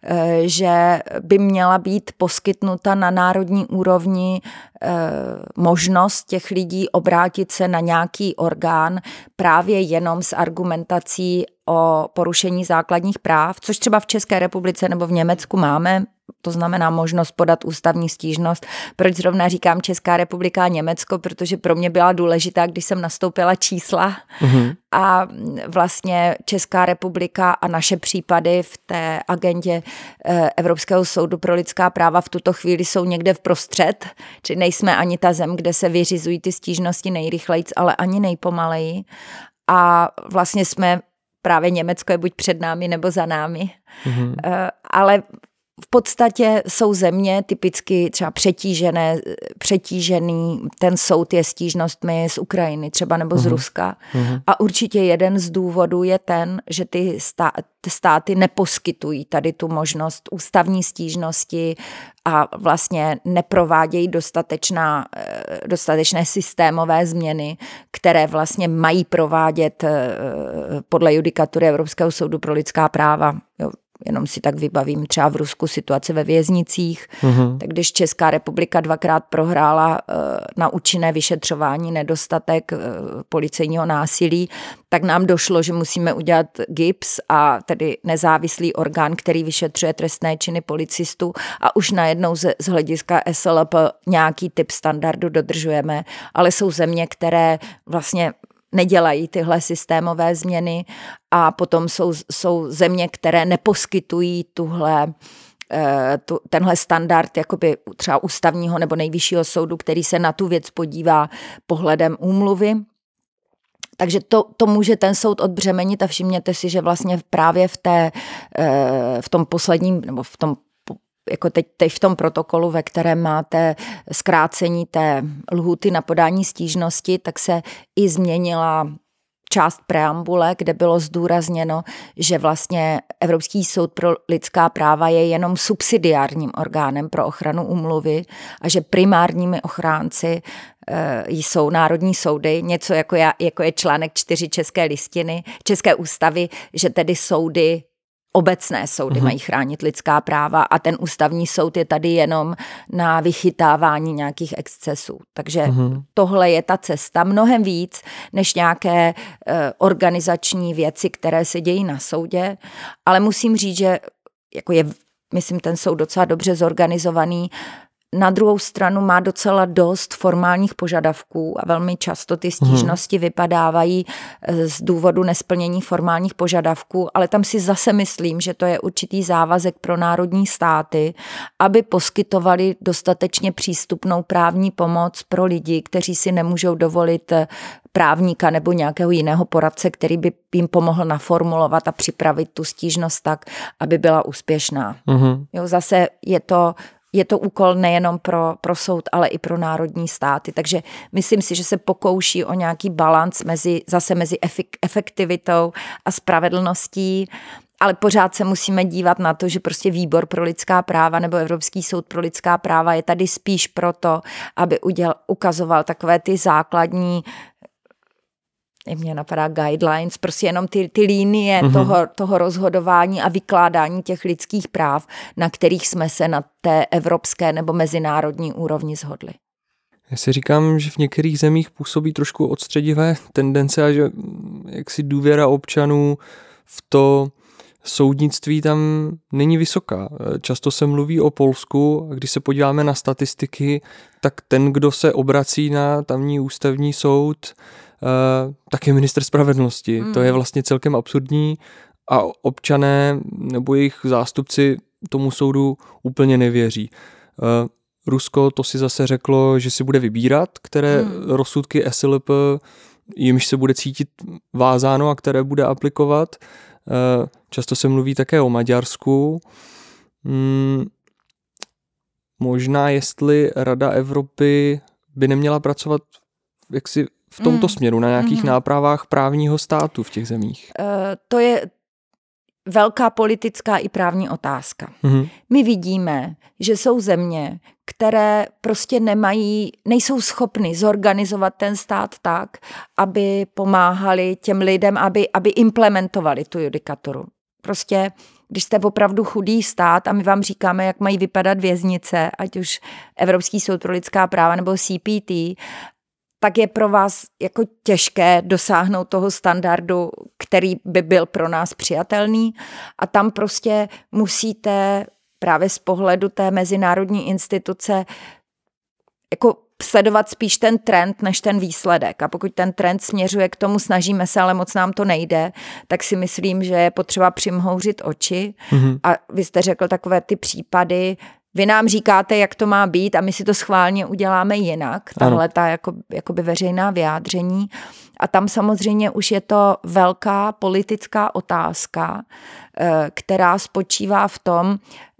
že by měla být poskytnuta na národní úrovni možnost těch lidí obrátit se na nějaký orgán právě jenom s argumentací o porušení základních práv, což třeba v České republice nebo v Německu máme. To znamená možnost podat ústavní stížnost. Proč zrovna říkám Česká republika a Německo? Protože pro mě byla důležitá, když jsem nastoupila čísla. A vlastně Česká republika a naše případy v té agendě Evropského soudu pro lidská práva v tuto chvíli jsou někde vprostřed. Či nejsme ani ta zem, kde se vyřizují ty stížnosti nejrychlejc, ale ani nejpomaleji. A vlastně jsme právě Německo je buď před námi nebo za námi. Ale v podstatě jsou země typicky třeba přetížený, ten soud je stížnostmi z Ukrajiny třeba nebo z Ruska. A určitě jeden z důvodů je ten, že ty státy neposkytují tady tu možnost ústavní stížnosti a vlastně neprovádějí dostatečné systémové změny, které vlastně mají provádět podle judikatury Evropského soudu pro lidská práva. Jo. Jenom si tak vybavím třeba v Rusku situaci ve věznicích, tak když Česká republika 2krát prohrála na účinné vyšetřování nedostatek policejního násilí, tak nám došlo, že musíme udělat GIBS a tedy nezávislý orgán, který vyšetřuje trestné činy policistů a už najednou z hlediska SLP nějaký typ standardu dodržujeme, ale jsou země, které vlastně nedělají tyhle systémové změny a potom jsou země, které neposkytují tenhle standard jakoby třeba ústavního nebo nejvyššího soudu, který se na tu věc podívá pohledem úmluvy. Takže to může ten soud odbřemenit a všimněte si, že vlastně právě v tom posledním nebo v tom jako teď v tom protokolu, ve kterém máte zkrácení té lhůty na podání stížnosti, tak se i změnila část preambule, kde bylo zdůrazněno, že vlastně Evropský soud pro lidská práva je jenom subsidiárním orgánem pro ochranu úmluvy a že primárními ochránci jsou národní soudy, něco jako je článek 4 České ústavy, že tedy soudy obecné soudy mají chránit lidská práva a ten ústavní soud je tady jenom na vychytávání nějakých excesů. Takže tohle je ta cesta mnohem víc než nějaké organizační věci, které se dějí na soudě, ale musím říct, že jako je, myslím, ten soud docela dobře zorganizovaný. Na druhou stranu má docela dost formálních požadavků a velmi často ty stížnosti vypadávají z důvodu nesplnění formálních požadavků, ale tam si zase myslím, že to je určitý závazek pro národní státy, aby poskytovali dostatečně přístupnou právní pomoc pro lidi, kteří si nemůžou dovolit právníka nebo nějakého jiného poradce, který by jim pomohl naformulovat a připravit tu stížnost tak, aby byla úspěšná. Jo, zase je to úkol nejenom pro soud, ale i pro národní státy. Takže myslím si, že se pokouší o nějaký balanc mezi efektivitou a spravedlností, ale pořád se musíme dívat na to, že prostě Výbor pro lidská práva nebo Evropský soud pro lidská práva je tady spíš proto, aby ukazoval takové ty základní, mě napadá guidelines, prostě jenom ty linie toho rozhodování a vykládání těch lidských práv, na kterých jsme se na té evropské nebo mezinárodní úrovni shodli. Já si říkám, že v některých zemích působí trošku odstředivé tendence a že jaksi důvěra občanů v to soudnictví tam není vysoká. Často se mluví o Polsku a když se podíváme na statistiky, tak ten, kdo se obrací na tamní ústavní soud, tak je ministr spravedlnosti. To je vlastně celkem absurdní a občané nebo jejich zástupci tomu soudu úplně nevěří. Rusko to si zase řeklo, že si bude vybírat, které rozsudky SLP jimž se bude cítit vázáno a které bude aplikovat. Často se mluví také o Maďarsku. Možná jestli Rada Evropy by neměla pracovat jaksi v tomto směru, na nějakých nápravách právního státu v těch zemích. To je velká politická i právní otázka. My vidíme, že jsou země, které prostě nejsou schopny zorganizovat ten stát tak, aby pomáhali těm lidem, aby implementovali tu judikaturu. Prostě, když jste opravdu chudý stát a my vám říkáme, jak mají vypadat věznice, ať už Evropský soud pro lidská práva nebo CPT, tak je pro vás jako těžké dosáhnout toho standardu, který by byl pro nás přijatelný. A tam prostě musíte právě z pohledu té mezinárodní instituce jako sledovat spíš ten trend, než ten výsledek. A pokud ten trend směřuje k tomu, snažíme se, ale moc nám to nejde, tak si myslím, že je potřeba přimhouřit oči. A vy jste řekl takové ty případy, vy nám říkáte, jak to má být a my si to schválně uděláme jinak. Tahle ta jakoby veřejná vyjádření. A tam samozřejmě už je to velká politická otázka, která spočívá v tom,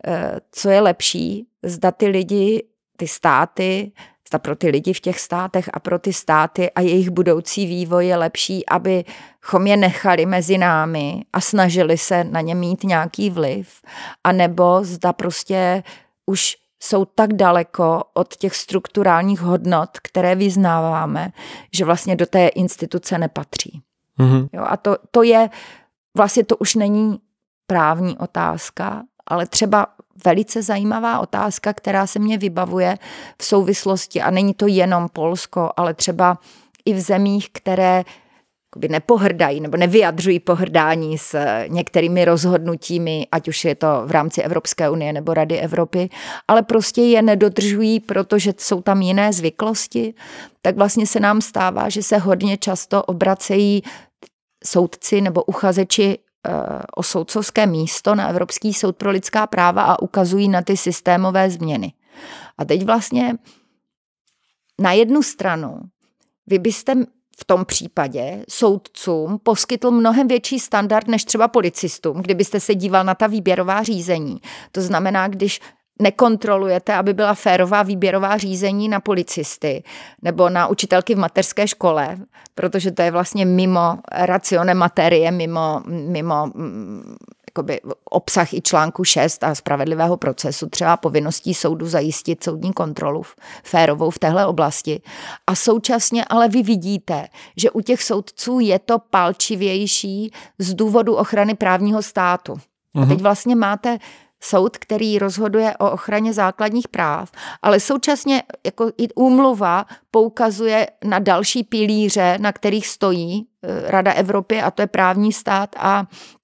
co je lepší, zda ty lidi, ty státy, zda pro ty lidi v těch státech a pro ty státy a jejich budoucí vývoj je lepší, abychom je nechali mezi námi a snažili se na ně mít nějaký vliv, anebo zda prostě už jsou tak daleko od těch strukturálních hodnot, které vyznáváme, že vlastně do té instituce nepatří. Jo, a to je, vlastně to už není právní otázka, ale třeba velice zajímavá otázka, která se mě vybavuje v souvislosti, a není to jenom Polsko, ale třeba i v zemích, které nepohrdají nebo nevyjadřují pohrdání s některými rozhodnutími, ať už je to v rámci Evropské unie nebo Rady Evropy, ale prostě je nedodržují, protože jsou tam jiné zvyklosti, tak vlastně se nám stává, že se hodně často obracejí soudci nebo uchazeči o soudcovské místo na Evropský soud pro lidská práva a ukazují na ty systémové změny. A teď vlastně na jednu stranu vy byste v tom případě soudcům poskytl mnohem větší standard než třeba policistům, kdybyste se díval na ta výběrová řízení. To znamená, když nekontrolujete, aby byla férová výběrová řízení na policisty nebo na učitelky v mateřské škole, protože to je vlastně mimo ratione materie, mimo jakoby obsah i článku 6 a spravedlivého procesu, třeba povinností soudu zajistit soudní kontrolu férovou v téhle oblasti. A současně ale vy vidíte, že u těch soudců je to palčivější z důvodu ochrany právního státu. A teď vlastně máte soud, který rozhoduje o ochraně základních práv, ale současně jako i úmluva poukazuje na další pilíře, na kterých stojí Rada Evropy, a to je právní stát a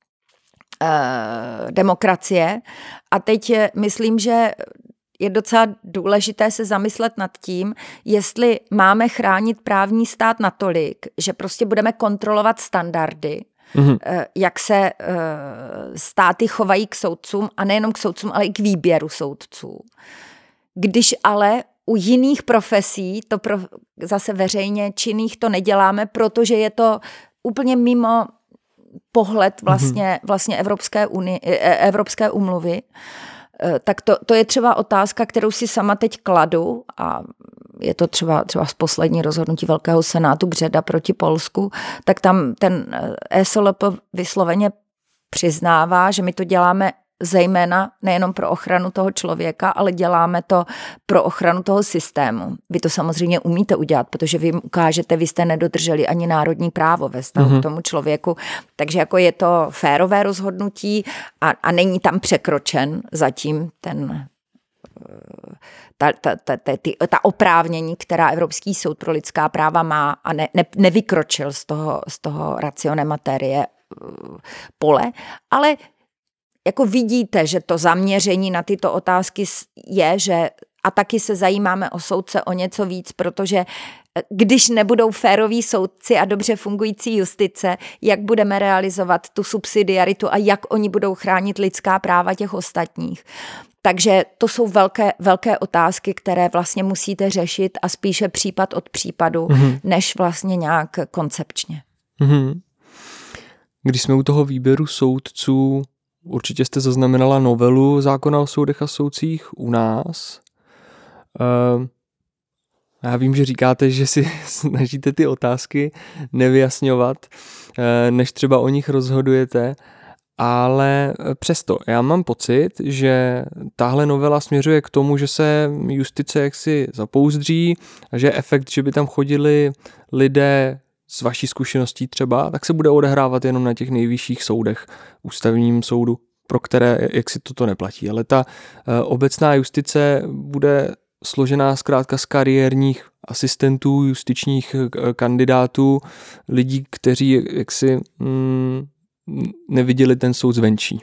demokracie. A teď myslím, že je docela důležité se zamyslet nad tím, jestli máme chránit právní stát natolik, že prostě budeme kontrolovat standardy, jak se státy chovají k soudcům, a nejenom k soudcům, ale i k výběru soudců. Když ale u jiných profesí, zase veřejně činných, to neděláme, protože je to úplně mimo pohled vlastně Evropské úmluvy, tak to je třeba otázka, kterou si sama teď kladu, a je to třeba z poslední rozhodnutí Velkého senátu Bředa proti Polsku, tak tam ten ESLP vysloveně přiznává, že my to děláme zejména nejenom pro ochranu toho člověka, ale děláme to pro ochranu toho systému. Vy to samozřejmě umíte udělat, protože vy jim ukážete, vy jste nedodrželi ani národní právo ve vztahu k tomu člověku, takže jako je to férové rozhodnutí a není tam překročen zatím ta oprávnění, která Evropský soud pro lidská práva má a nevykročil z toho ratione materie pole, ale jako vidíte, že to zaměření na tyto otázky je, že a taky se zajímáme o soudce o něco víc, protože když nebudou féroví soudci a dobře fungující justice, jak budeme realizovat tu subsidiaritu a jak oni budou chránit lidská práva těch ostatních. Takže to jsou velké otázky, které vlastně musíte řešit a spíše případ od případu, než vlastně nějak koncepčně. Když jsme u toho výběru soudců, určitě jste zaznamenala novelu zákona o soudech a soudcích u nás. Já vím, že říkáte, že si snažíte ty otázky nevyjasňovat, než třeba o nich rozhodujete, ale přesto já mám pocit, že tahle novela směřuje k tomu, že se justice jaksi zapouzdří a že efekt, že by tam chodili lidé z vaší zkušeností třeba, tak se bude odehrávat jenom na těch nejvyšších soudech, ústavním soudu, pro které jaksi toto neplatí. Ale ta obecná justice bude složená zkrátka z kariérních asistentů, justičních kandidátů, lidí, kteří jaksi neviděli ten soud zvenčí.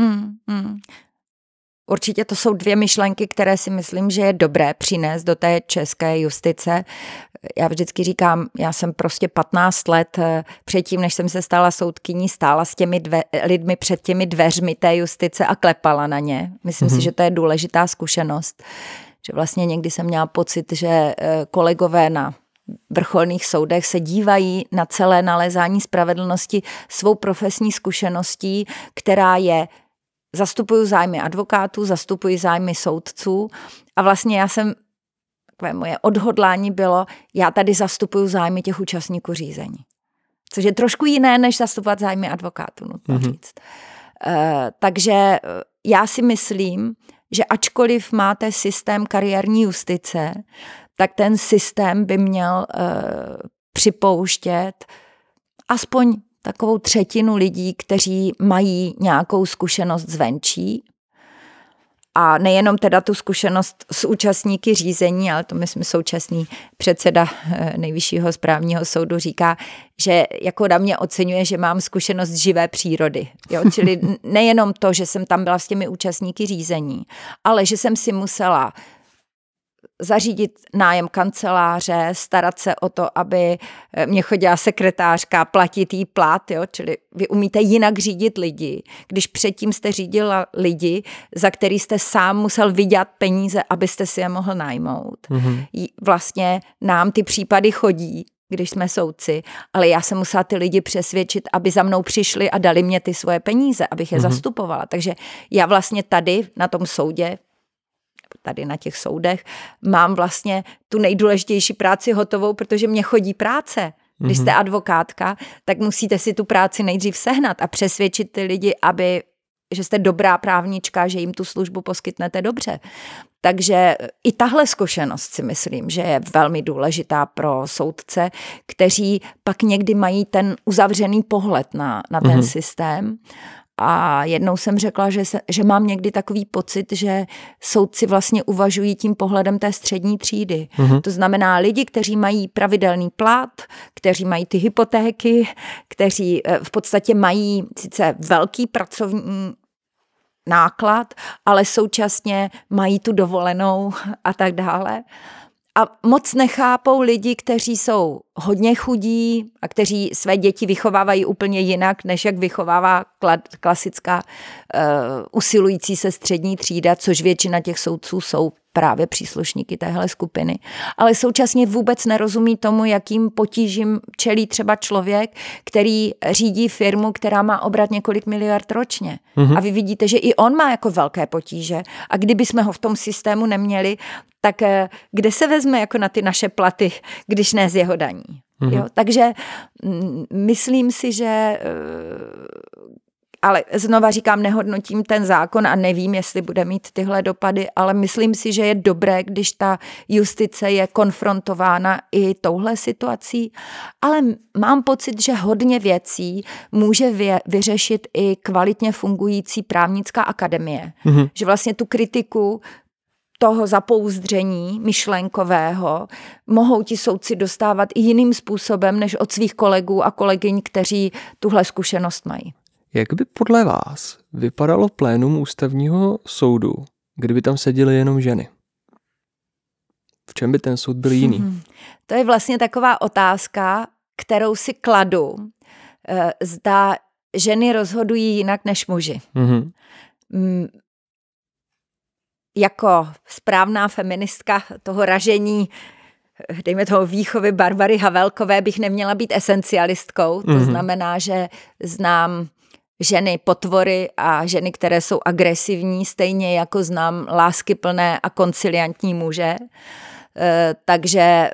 Určitě to jsou dvě myšlenky, které si myslím, že je dobré přinést do té české justice. Já vždycky říkám, já jsem prostě 15 let předtím, než jsem se stala soudkyní, stála s těmi lidmi před těmi dveřmi té justice a klepala na ně. Myslím si, že to je důležitá zkušenost. Že vlastně někdy jsem měla pocit, že kolegové na vrcholných soudech se dívají na celé nalézání spravedlnosti svou profesní zkušeností, která je zastupuju zájmy advokátů, zastupuji zájmy soudců a vlastně takové moje odhodlání bylo, já tady zastupuju zájmy těch účastníků řízení. Což je trošku jiné, než zastupovat zájmy advokátů, nutno říct. Takže já si myslím, že ačkoliv máte systém kariérní justice, tak ten systém by měl připouštět aspoň takovou třetinu lidí, kteří mají nějakou zkušenost zvenčí. A nejenom teda tu zkušenost s účastníky řízení, ale to myslím současný předseda Nejvyššího správního soudu říká, že jako na mě oceňuje, že mám zkušenost živé přírody. Jo? Čili nejenom to, že jsem tam byla s těmi účastníky řízení, ale že jsem si musela zařídit nájem kanceláře, starat se o to, aby mě chodila sekretářka, platit jí plat, jo? Čili vy umíte jinak řídit lidi, když předtím jste řídila lidi, za který jste sám musel vydělat peníze, abyste si je mohl najmout. Vlastně nám ty případy chodí, když jsme soudci, ale já jsem musela ty lidi přesvědčit, aby za mnou přišli a dali mě ty svoje peníze, abych je zastupovala. Takže já vlastně tady na tom soudě, tady na těch soudech, mám vlastně tu nejdůležitější práci hotovou, protože mě chodí práce. Když jste advokátka, tak musíte si tu práci nejdřív sehnat a přesvědčit ty lidi, že jste dobrá právnička, že jim tu službu poskytnete dobře. Takže i tahle zkušenost si myslím, že je velmi důležitá pro soudce, kteří pak někdy mají ten uzavřený pohled na ten systém. A jednou jsem řekla, že mám někdy takový pocit, že soudci vlastně uvažují tím pohledem té střední třídy. To znamená lidi, kteří mají pravidelný plat, kteří mají ty hypotéky, kteří v podstatě mají sice velký pracovní náklad, ale současně mají tu dovolenou a tak dále. A moc nechápou lidi, kteří jsou hodně chudí a kteří své děti vychovávají úplně jinak, než jak vychovává klasická usilující se střední třída, což většina těch soudců jsou právě příslušníky téhle skupiny. Ale současně vůbec nerozumí tomu, jakým potížím čelí třeba člověk, který řídí firmu, která má obrat několik miliard ročně. A vy vidíte, že i on má jako velké potíže. A kdyby jsme ho v tom systému neměli, tak kde se vezme jako na ty naše platy, když ne z jeho daní? Jo? Takže myslím si, že ale znova říkám, nehodnotím ten zákon a nevím, jestli bude mít tyhle dopady, ale myslím si, že je dobré, když ta justice je konfrontována i touhle situací, ale mám pocit, že hodně věcí může vyřešit i kvalitně fungující právnická akademie. Že vlastně tu kritiku toho zapouzdření myšlenkového mohou ti soudci dostávat i jiným způsobem než od svých kolegů a kolegyň, kteří tuhle zkušenost mají. Jak by podle vás vypadalo plénum ústavního soudu, kdyby tam seděly jenom ženy? V čem by ten soud byl jiný? To je vlastně taková otázka, kterou si kladu. Zda ženy rozhodují jinak než muži. Jako správná feministka toho ražení, dejme toho výchovy Barbary Havelkové, bych neměla být esencialistkou. To znamená, že znám ženy potvory a ženy, které jsou agresivní, stejně jako znám láskyplné a konciliantní muže. Takže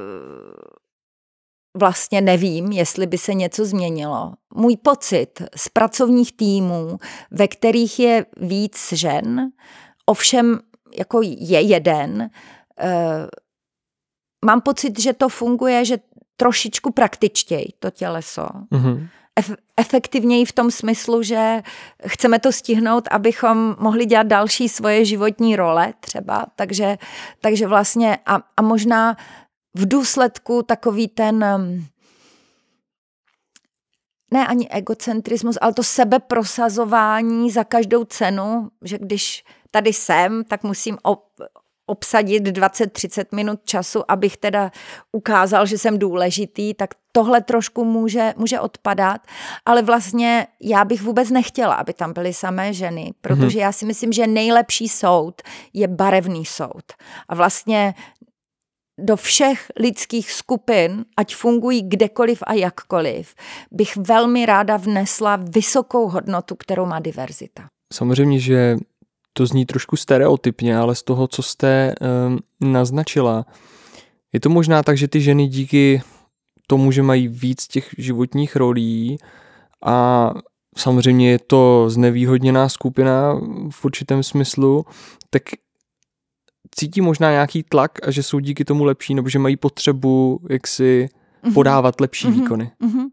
vlastně nevím, jestli by se něco změnilo. Můj pocit z pracovních týmů, ve kterých je víc žen, ovšem jako je jeden, mám pocit, že to funguje, že trošičku praktičtěji to těleso. Efektivněji v tom smyslu, že chceme to stihnout, abychom mohli dělat další svoje životní role třeba. Takže vlastně a možná v důsledku takový ten ne ani egocentrismus, ale to sebeprosazování za každou cenu, že když tady jsem, tak musím obsadit 20-30 minut času, abych teda ukázal, že jsem důležitý, tak tohle trošku může odpadat, ale vlastně já bych vůbec nechtěla, aby tam byly samé ženy, protože já si myslím, že nejlepší soud je barevný soud. A vlastně do všech lidských skupin, ať fungují kdekoliv a jakkoliv, bych velmi ráda vnesla vysokou hodnotu, kterou má diverzita. Samozřejmě, že to zní trošku stereotypně, ale z toho, co jste naznačila, je to možná tak, že ty ženy díky tomu, že mají víc těch životních rolí a samozřejmě je to znevýhodněná skupina v určitém smyslu, tak cítí možná nějaký tlak a že jsou díky tomu lepší, nebo že mají potřebu jaksi podávat lepší výkony.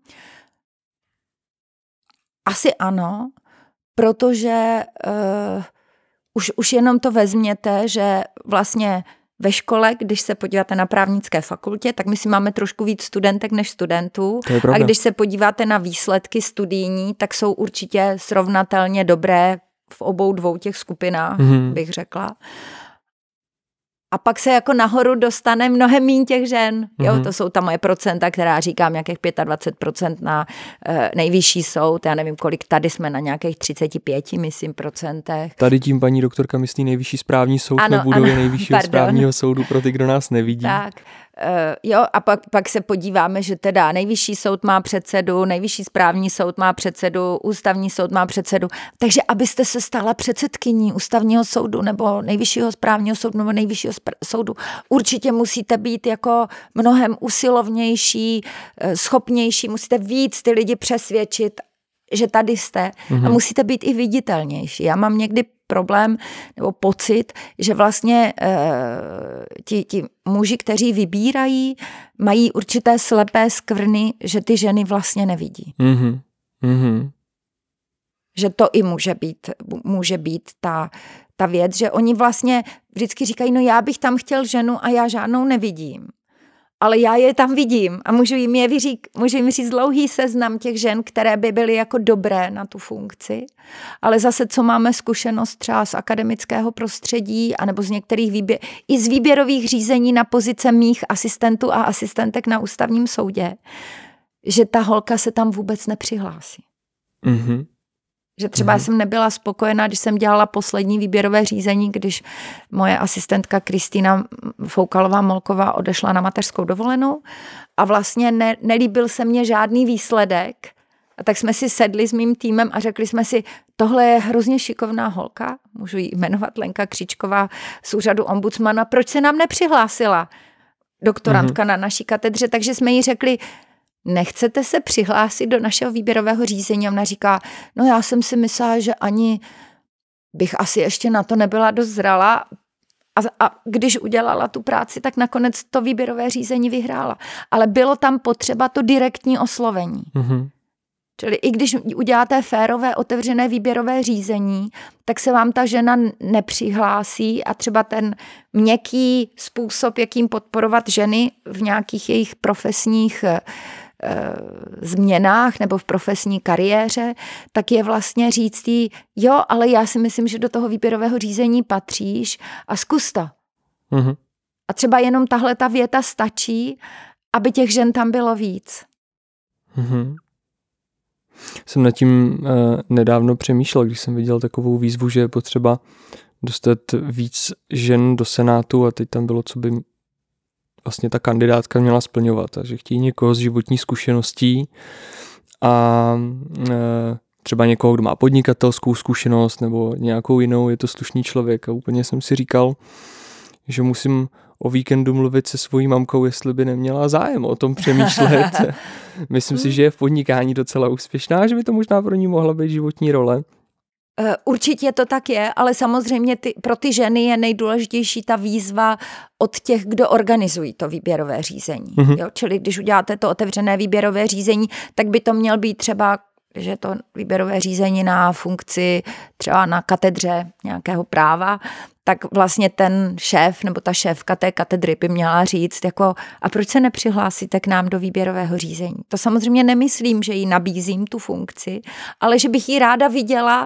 Asi ano, protože už jenom to vezměte, že vlastně ve škole, když se podíváte na právnické fakultě, tak my si máme trošku víc studentek než studentů. A když se podíváte na výsledky studijní, tak jsou určitě srovnatelně dobré v obou dvou těch skupinách, bych řekla. A pak se jako nahoru dostane mnohem míň těch žen. Jo, to jsou ta moje procenta, která říkám, nějakých 25% na nejvyšší soud. Já nevím, kolik tady jsme na nějakých 35, myslím, procentech. Tady tím paní doktorka myslí nejvyšší správní soud na budově nejvyššího správního soudu pro ty, kdo nás nevidí. Tak. Jo, a pak se podíváme, že teda nejvyšší soud má předsedu, nejvyšší správní soud má předsedu, ústavní soud má předsedu. Takže abyste se stala předsedkyní ústavního soudu nebo nejvyššího správního soudu nebo nejvyššího soudu, určitě musíte být jako mnohem usilovnější, schopnější, musíte víc ty lidi přesvědčit, že tady jste a musíte být i viditelnější. Já mám někdy problém nebo pocit, že vlastně ti muži, kteří vybírají, mají určité slepé skvrny, že ty ženy vlastně nevidí. Že to i může být ta věc, že oni vlastně vždycky říkají, no já bych tam chtěl ženu a já žádnou nevidím. Ale já je tam vidím a můžu jim říct dlouhý seznam těch žen, které by byly jako dobré na tu funkci. Ale zase, co máme zkušenost třeba z akademického prostředí anebo z některých i z výběrových řízení na pozice mých asistentů a asistentek na ústavním soudě, že ta holka se tam vůbec nepřihlásí. Že třeba jsem nebyla spokojená, když jsem dělala poslední výběrové řízení, když moje asistentka Kristýna Foukalová-Molková odešla na mateřskou dovolenou a vlastně nelíbil se mně žádný výsledek. A tak jsme si sedli s mým týmem a řekli jsme si, tohle je hrozně šikovná holka, můžu ji jmenovat, Lenka Kříčková z úřadu ombudsmana, proč se nám nepřihlásila doktorantka na naší katedře, takže jsme jí řekli, nechcete se přihlásit do našeho výběrového řízení? A ona říká, no já jsem si myslela, že ani bych asi ještě na to nebyla dost zralá. A když udělala tu práci, tak nakonec to výběrové řízení vyhrála. Ale bylo tam potřeba to direktní oslovení. Čili i když uděláte férové, otevřené výběrové řízení, tak se vám ta žena nepřihlásí a třeba ten měkký způsob, jakým podporovat ženy v nějakých jejich profesních změnách nebo v profesní kariéře, tak je vlastně říct jí, jo, ale já si myslím, že do toho výběrového řízení patříš a zkus to. Mhm. A třeba jenom tahle ta věta stačí, aby těch žen tam bylo víc. Mhm. Jsem nad tím nedávno přemýšlel, když jsem viděl takovou výzvu, že je potřeba dostat víc žen do Senátu a teď tam bylo, co by vlastně ta kandidátka měla splňovat. A že chtějí někoho s životní zkušeností a třeba někoho, kdo má podnikatelskou zkušenost nebo nějakou jinou, je to slušný člověk. A úplně jsem si říkal, že musím o víkendu mluvit se svojí mamkou, jestli by neměla zájem o tom přemýšlet. Myslím si, že je v podnikání docela úspěšná, že by to možná pro ní mohla být životní role. Určitě to tak je, ale samozřejmě pro ty ženy je nejdůležitější ta výzva od těch, kdo organizují to výběrové řízení. Mm-hmm. Jo? Čili když uděláte to otevřené výběrové řízení, tak by to měl být třeba, že to výběrové řízení na funkci třeba na katedře nějakého práva, tak vlastně ten šéf nebo ta šéfka té katedry by měla říct, jako, a proč se nepřihlásíte k nám do výběrového řízení? To samozřejmě nemyslím, že jí nabízím tu funkci, ale že bych ji ráda viděla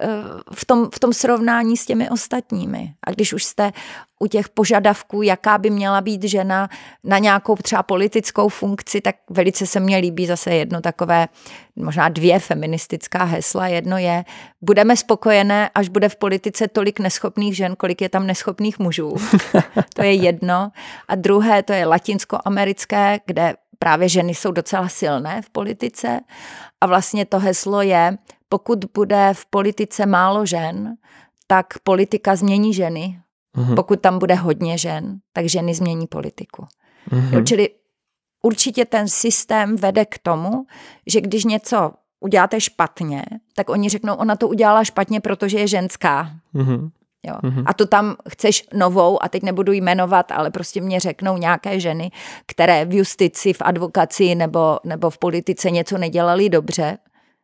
v tom srovnání s těmi ostatními. A když už jste u těch požadavků, jaká by měla být žena na nějakou třeba politickou funkci, tak velice se mně líbí zase jedno takové, možná 2 feministická hesla. Jedno je, budeme spokojené, až bude v politice tolik neschopných žen, kolik je tam neschopných mužů. To je jedno. A druhé, to je latinskoamerické, kde právě ženy jsou docela silné v politice. A vlastně to heslo je, pokud bude v politice málo žen, tak politika změní ženy. Pokud tam bude hodně žen, tak ženy změní politiku. Jo, čili určitě ten systém vede k tomu, že když něco uděláte špatně, tak oni řeknou, ona to udělala špatně, protože je ženská. Jo. A tu tam chceš novou, a teď nebudu jmenovat, ale prostě mě řeknou nějaké ženy, které v justici, v advokaci nebo v politice něco nedělali dobře.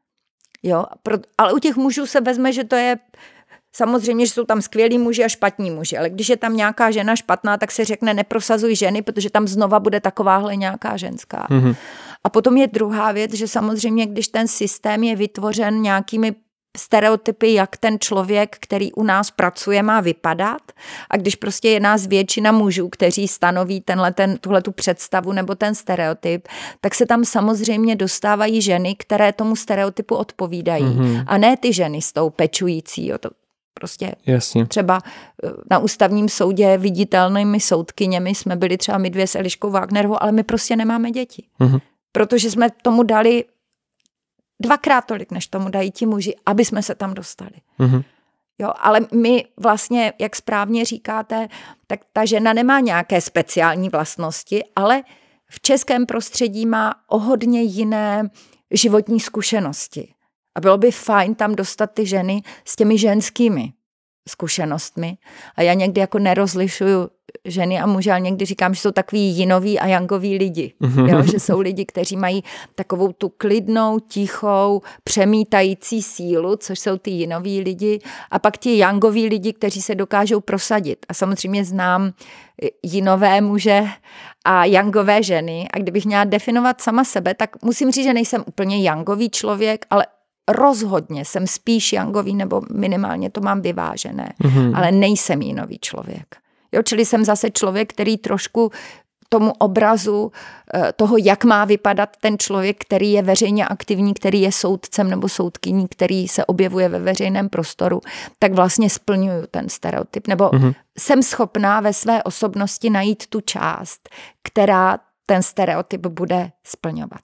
Jo. Ale u těch mužů se vezme, že to je samozřejmě, že jsou tam skvělí muži a špatní muži, ale když je tam nějaká žena špatná, tak se řekne neprosazuj ženy, protože tam znova bude takováhle nějaká ženská. A potom je druhá věc, že samozřejmě, když ten systém je vytvořen nějakými stereotypy, jak ten člověk, který u nás pracuje, má vypadat, a když prostě je nás většina mužů, kteří stanoví tuhletu představu nebo ten stereotyp, tak se tam samozřejmě dostávají ženy, které tomu stereotypu odpovídají. A ne ty ženy s tou pečující, jo, to prostě jasně. Třeba na ústavním soudě viditelnými soudkyněmi jsme byli třeba my 2 s Eliškou Wagnerovou, ale my prostě nemáme děti. Protože jsme tomu dali 2krát tolik, než tomu dají ti muži, aby jsme se tam dostali. Jo, ale my vlastně, jak správně říkáte, tak ta žena nemá nějaké speciální vlastnosti, ale v českém prostředí má o hodně jiné životní zkušenosti. A bylo by fajn tam dostat ty ženy s těmi ženskými zkušenostmi. A já někdy jako nerozlišuju ženy a muže, ale někdy říkám, že jsou takový jinoví a jangoví lidi. Jo? Že jsou lidi, kteří mají takovou tu klidnou, tichou, přemítající sílu, což jsou ty jinoví lidi. A pak ti jangoví lidi, kteří se dokážou prosadit. A samozřejmě znám jinové muže a jangové ženy. A kdybych měla definovat sama sebe, tak musím říct, že nejsem úplně jangový člověk, ale rozhodně jsem spíš jangový, nebo minimálně to mám vyvážené, ale nejsem jinový člověk. Jo, čili jsem zase člověk, který trošku tomu obrazu toho, jak má vypadat ten člověk, který je veřejně aktivní, který je soudcem nebo soudkyní, který se objevuje ve veřejném prostoru, tak vlastně splňuju ten stereotyp. Nebo jsem schopná ve své osobnosti najít tu část, která ten stereotyp bude splňovat.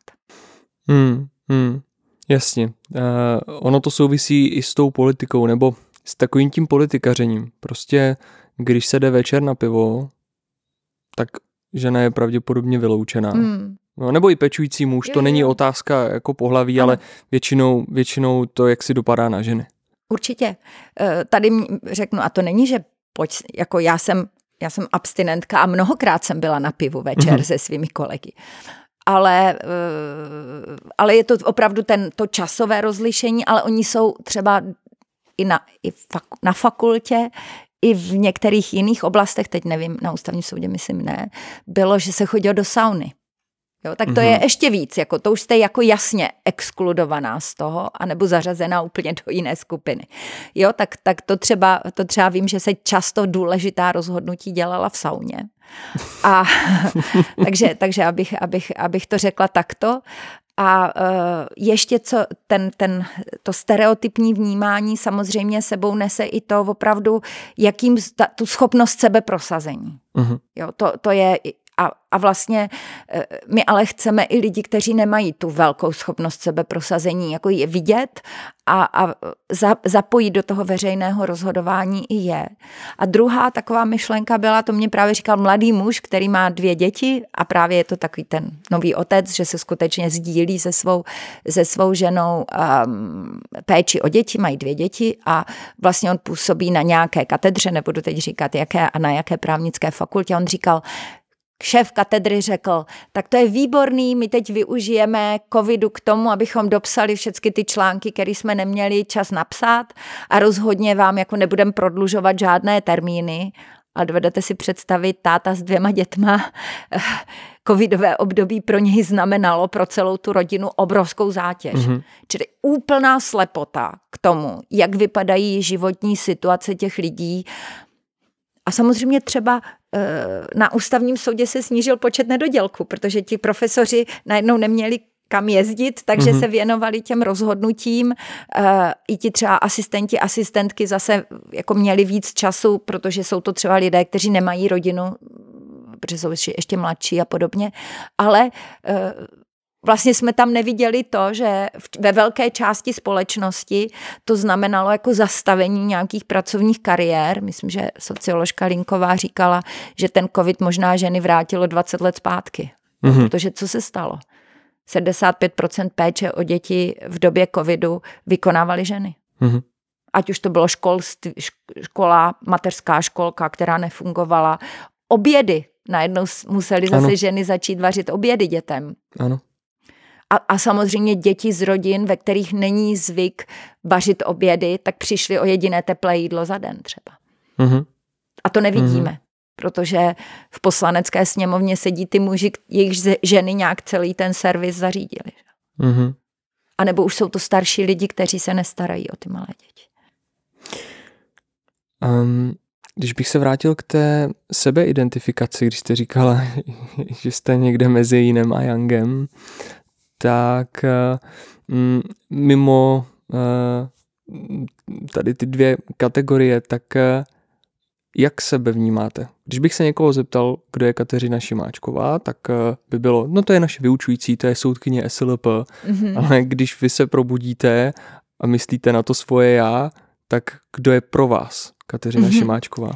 Jasně. Ono to souvisí i s tou politikou, nebo s takovým tím politikařením. Prostě, když se jde večer na pivo, tak žena je pravděpodobně vyloučená. No, nebo i pečující muž, to není otázka jako pohlaví, ale většinou to, jak si dopadá na ženy. Určitě. Tady řeknu, a to není, že jako já jsem abstinentka a mnohokrát jsem byla na pivu večer se svými kolegy. ale je to opravdu to časové rozlišení, ale oni jsou třeba na fakultě, i v některých jiných oblastech, teď nevím, na ústavním soudě myslím ne, bylo, že se chodilo do sauny. Jo, tak to je ještě víc, jako to už jste jako jasně exkludovaná z toho, anebo zařazená úplně do jiné skupiny. Jo, tak to třeba vím, že se často důležitá rozhodnutí dělala v sauně. A takže abych to řekla takto. A ještě to stereotypní vnímání samozřejmě sebou nese i to opravdu, tu schopnost sebeprosazení. Jo, to je a vlastně my ale chceme i lidi, kteří nemají tu velkou schopnost sebeprosazení, jako je vidět a zapojit do toho veřejného rozhodování i je. A druhá taková myšlenka byla, to mě právě říkal mladý muž, který má 2 děti a právě je to takový ten nový otec, že se skutečně sdílí se svou ženou péči o děti, mají 2 děti a vlastně on působí na nějaké katedře, nebudu teď říkat jaké a na jaké právnické fakultě. On říkal, šéf katedry řekl, tak to je výborný, my teď využijeme covidu k tomu, abychom dopsali všechny ty články, které jsme neměli čas napsat a rozhodně vám jako nebudeme prodlužovat žádné termíny. A dovedete si představit, táta s 2 dětma, covidové období pro něj znamenalo pro celou tu rodinu obrovskou zátěž. Čili úplná slepota k tomu, jak vypadají životní situace těch lidí. A samozřejmě třeba na ústavním soudě se snížil počet nedodělků, protože ti profesoři najednou neměli kam jezdit, takže se věnovali těm rozhodnutím. I ti třeba asistentky zase jako měli víc času, protože jsou to třeba lidé, kteří nemají rodinu, protože jsou ještě mladší a podobně. Ale vlastně jsme tam neviděli to, že ve velké části společnosti to znamenalo jako zastavení nějakých pracovních kariér. Myslím, že socioložka Linková říkala, že ten covid možná ženy vrátilo 20 let zpátky. Protože co se stalo? 75% péče o děti v době covidu vykonávaly ženy. Ať už to bylo škola, mateřská školka, která nefungovala. Obědy. Najednou museli zase ženy začít vařit obědy dětem. Ano. A samozřejmě děti z rodin, ve kterých není zvyk vařit obědy, tak přišly o jediné teplé jídlo za den třeba. A to nevidíme, protože v poslanecké sněmovně sedí ty muži, jejichž ženy nějak celý ten servis zařídili. A nebo už jsou to starší lidi, kteří se nestarají o ty malé děti. Když bych se vrátil k té sebeidentifikaci, když jste říkala, že jste někde mezi Jinem a Yangem, tak mimo tady ty 2 kategorie, tak jak sebe vnímáte? Když bych se někoho zeptal, kdo je Kateřina Šimáčková, tak by bylo, no to je naše vyučující, to je soudkyně SLP, ale když vy se probudíte a myslíte na to svoje já, tak kdo je pro vás Kateřina Šimáčková?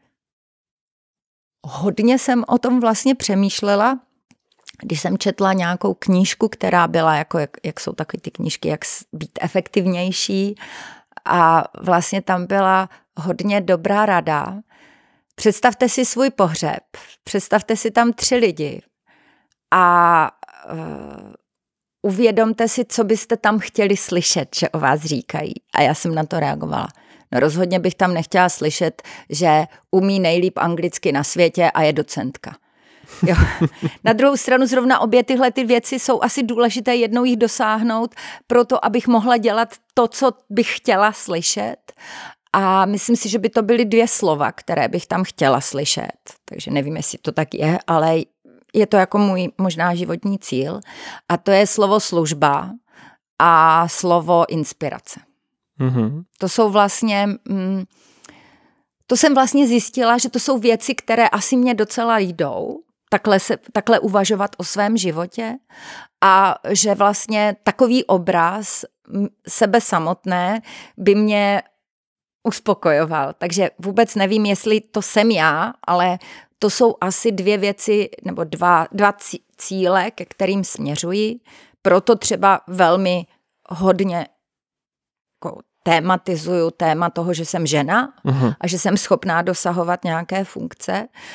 Hodně jsem o tom vlastně přemýšlela, když jsem četla nějakou knížku, která byla jako, jak jsou takové ty knížky, jak být efektivnější a vlastně tam byla hodně dobrá rada. Představte si svůj pohřeb, představte si tam 3 lidi a uvědomte si, co byste tam chtěli slyšet, že o vás říkají. A já jsem na to reagovala. No rozhodně bych tam nechtěla slyšet, že umí nejlíp anglicky na světě a je docentka. Jo. Na druhou stranu zrovna obě tyhle ty věci jsou asi důležité jednou jich dosáhnout proto, abych mohla dělat to, co bych chtěla slyšet. A myslím si, že by to byly 2 slova, které bych tam chtěla slyšet. Takže nevím, jestli to tak je, ale je to jako můj možná životní cíl. A to je slovo služba a slovo inspirace. To jsou vlastně... To jsem vlastně zjistila, že to jsou věci, které asi mě docela jdou. Takhle uvažovat o svém životě a že vlastně takový obraz sebe samotné by mě uspokojoval. Takže vůbec nevím, jestli to jsem já, ale to jsou asi 2 věci nebo dva cíle, ke kterým směřuji. Proto třeba velmi hodně jako tématizuju téma toho, že jsem žena a že jsem schopná dosahovat nějaké funkce.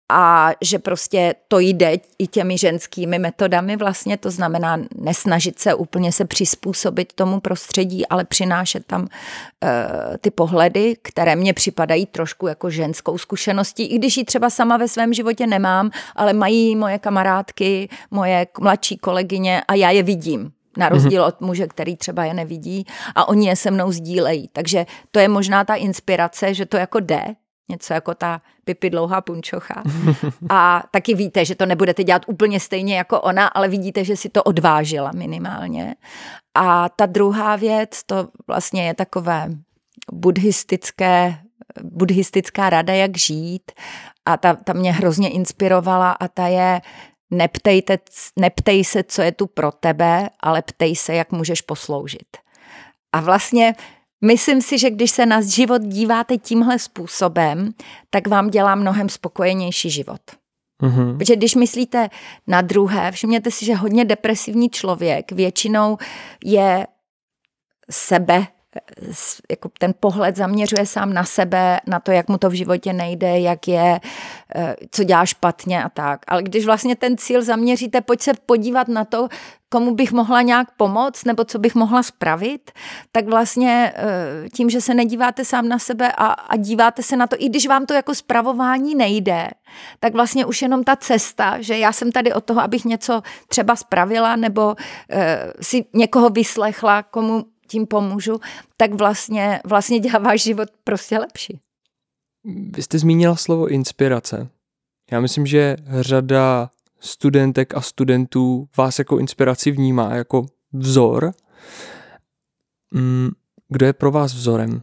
a že prostě to jde i těmi ženskými metodami vlastně, to znamená nesnažit se úplně se přizpůsobit tomu prostředí, ale přinášet tam ty pohledy, které mně připadají trošku jako ženskou zkušeností, i když ji třeba sama ve svém životě nemám, ale mají moje kamarádky, moje mladší kolegyně a já je vidím. Na rozdíl od muže, který třeba je nevidí a oni je se mnou sdílejí. Takže to je možná ta inspirace, že to jako jde, něco jako ta Pipi dlouhá punčocha. A taky víte, že to nebudete dělat úplně stejně jako ona, ale vidíte, že si to odvážila minimálně. A ta druhá věc, to vlastně je takové buddhistická rada, jak žít. A ta mě hrozně inspirovala a ta je: neptej se, co je tu pro tebe, ale ptej se, jak můžeš posloužit. A vlastně myslím si, že když se na život díváte tímhle způsobem, tak vám dělá mnohem spokojenější život. Mm-hmm. Protože když myslíte na druhé, všimněte si, že hodně depresivní člověk většinou je jako ten pohled zaměřuje sám na sebe, na to, jak mu to v životě nejde, jak je, co dělá špatně a tak. Ale když vlastně ten cíl zaměříte, pojď se podívat na to, komu bych mohla nějak pomoct, nebo co bych mohla spravit, tak vlastně tím, že se nedíváte sám na sebe a díváte se na to, i když vám to jako spravování nejde, tak vlastně už jenom ta cesta, že já jsem tady od toho, abych něco třeba spravila, nebo si někoho vyslechla, komu tím pomůžu, tak vlastně dělá váš život prostě lepší. Vy jste zmínila slovo inspirace. Já myslím, že řada studentek a studentů vás jako inspiraci vnímá, jako vzor. Kdo je pro vás vzorem?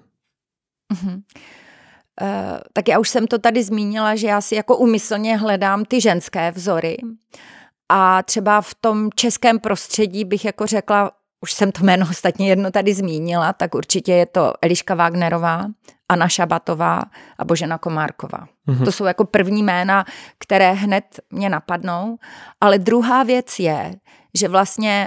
Tak já už jsem to tady zmínila, že já si jako úmyslně hledám ty ženské vzory a třeba v tom českém prostředí bych jako řekla, už jsem to jméno ostatně jedno tady zmínila, tak určitě je to Eliška Wagnerová, Anna Šabatová a Božena Komárková. Mm-hmm. To jsou jako první jména, které hned mě napadnou. Ale druhá věc je, že vlastně,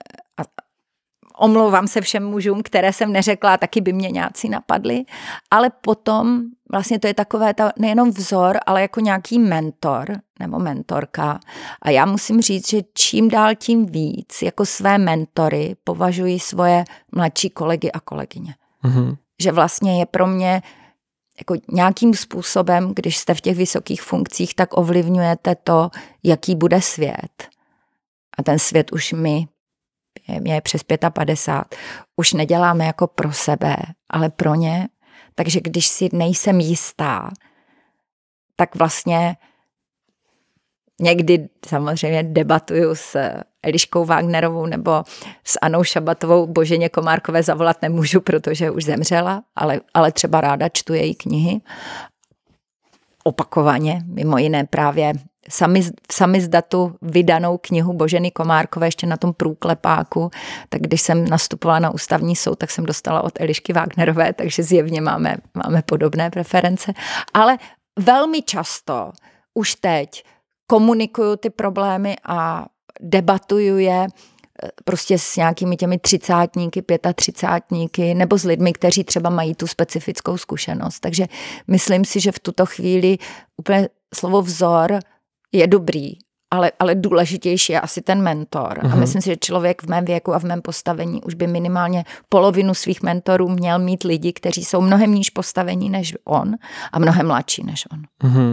omlouvám se všem mužům, které jsem neřekla, taky by mě nějací napadli, ale potom vlastně to je takové nejenom vzor, ale jako nějaký mentor nebo mentorka. A já musím říct, že čím dál tím víc jako své mentory považuji svoje mladší kolegy a kolegyně. Mm-hmm. Že vlastně je pro mě jako nějakým způsobem, když jste v těch vysokých funkcích, tak ovlivňujete to, jaký bude svět. A ten svět už mě je přes 55, už neděláme jako pro sebe, ale pro ně. Takže když si nejsem jistá, tak vlastně někdy samozřejmě debatuju s Eliškou Wagnerovou nebo s Annou Šabatovou. Boženě Komárkové zavolat nemůžu, protože už zemřela, ale třeba ráda čtu její knihy. Opakovaně, mimo jiné právě v samizdatu vydanou knihu Boženy Komárkové ještě na tom průklepáku, tak když jsem nastupovala na ústavní soud, tak jsem dostala od Elišky Wagnerové, takže zjevně máme podobné preference. Ale velmi často už teď komunikuju ty problémy a debatuju je prostě s nějakými těmi 30tníky, 35tníky nebo s lidmi, kteří třeba mají tu specifickou zkušenost. Takže myslím si, že v tuto chvíli úplně slovo vzor je dobrý, ale důležitější je asi ten mentor. A myslím si, že člověk v mém věku a v mém postavení už by minimálně polovinu svých mentorů měl mít lidi, kteří jsou mnohem níž postavení než on a mnohem mladší než on.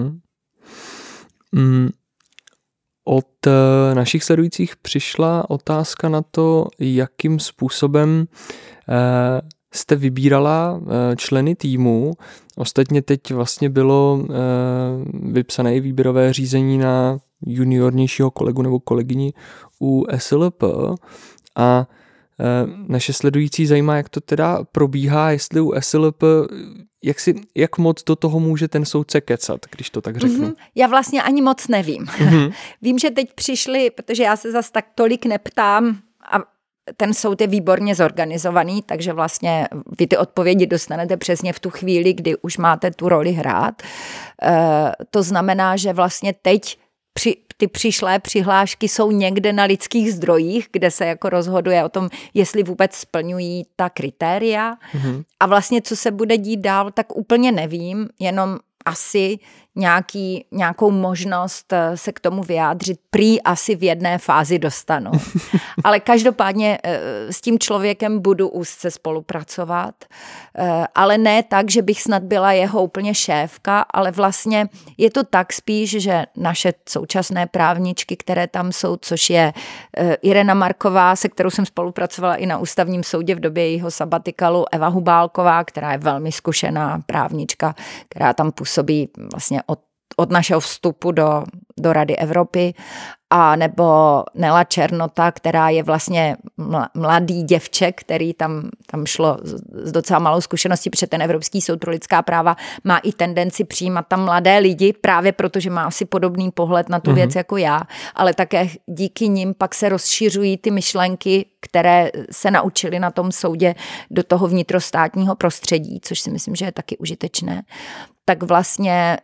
Od našich sledujících přišla otázka na to, jakým způsobem jste vybírala členy týmu. Ostatně teď vlastně bylo vypsané výběrové řízení na juniornějšího kolegu nebo kolegyni u SLP a naše sledující zajímá, jak to teda probíhá, jestli u SLP, jak moc do toho může ten soudce kecat, když to tak řeknu. Já vlastně ani moc nevím. Vím, že teď přišli, protože já se zas tak tolik neptám a ten soud je výborně zorganizovaný, takže vlastně vy ty odpovědi dostanete přesně v tu chvíli, kdy už máte tu roli hrát. To znamená, že vlastně teď ty přišlé přihlášky jsou někde na lidských zdrojích, kde se jako rozhoduje o tom, jestli vůbec splňují ta kritéria. A vlastně, co se bude dít dál, tak úplně nevím, jenom asi nějakou možnost se k tomu vyjádřit. Prý asi v jedné fázi dostanu. Ale každopádně s tím člověkem budu úzce spolupracovat, ale ne tak, že bych snad byla jeho úplně šéfka, ale vlastně je to tak spíš, že naše současné právničky, které tam jsou, což je Irena Marková, se kterou jsem spolupracovala i na ústavním soudě v době jejího sabatikalu, Eva Hubálková, která je velmi zkušená právnička, která tam působí vlastně od našeho vstupu do Rady Evropy, a nebo Nela Černota, která je vlastně mladý děvče, který tam šlo s docela malou zkušeností, protože ten Evropský soud pro lidská práva má i tendenci přijímat tam mladé lidi, právě protože má asi podobný pohled na tu věc jako já, ale také díky nim pak se rozšiřují ty myšlenky, které se naučili na tom soudě do toho vnitrostátního prostředí, což si myslím, že je taky užitečné. Tak vlastně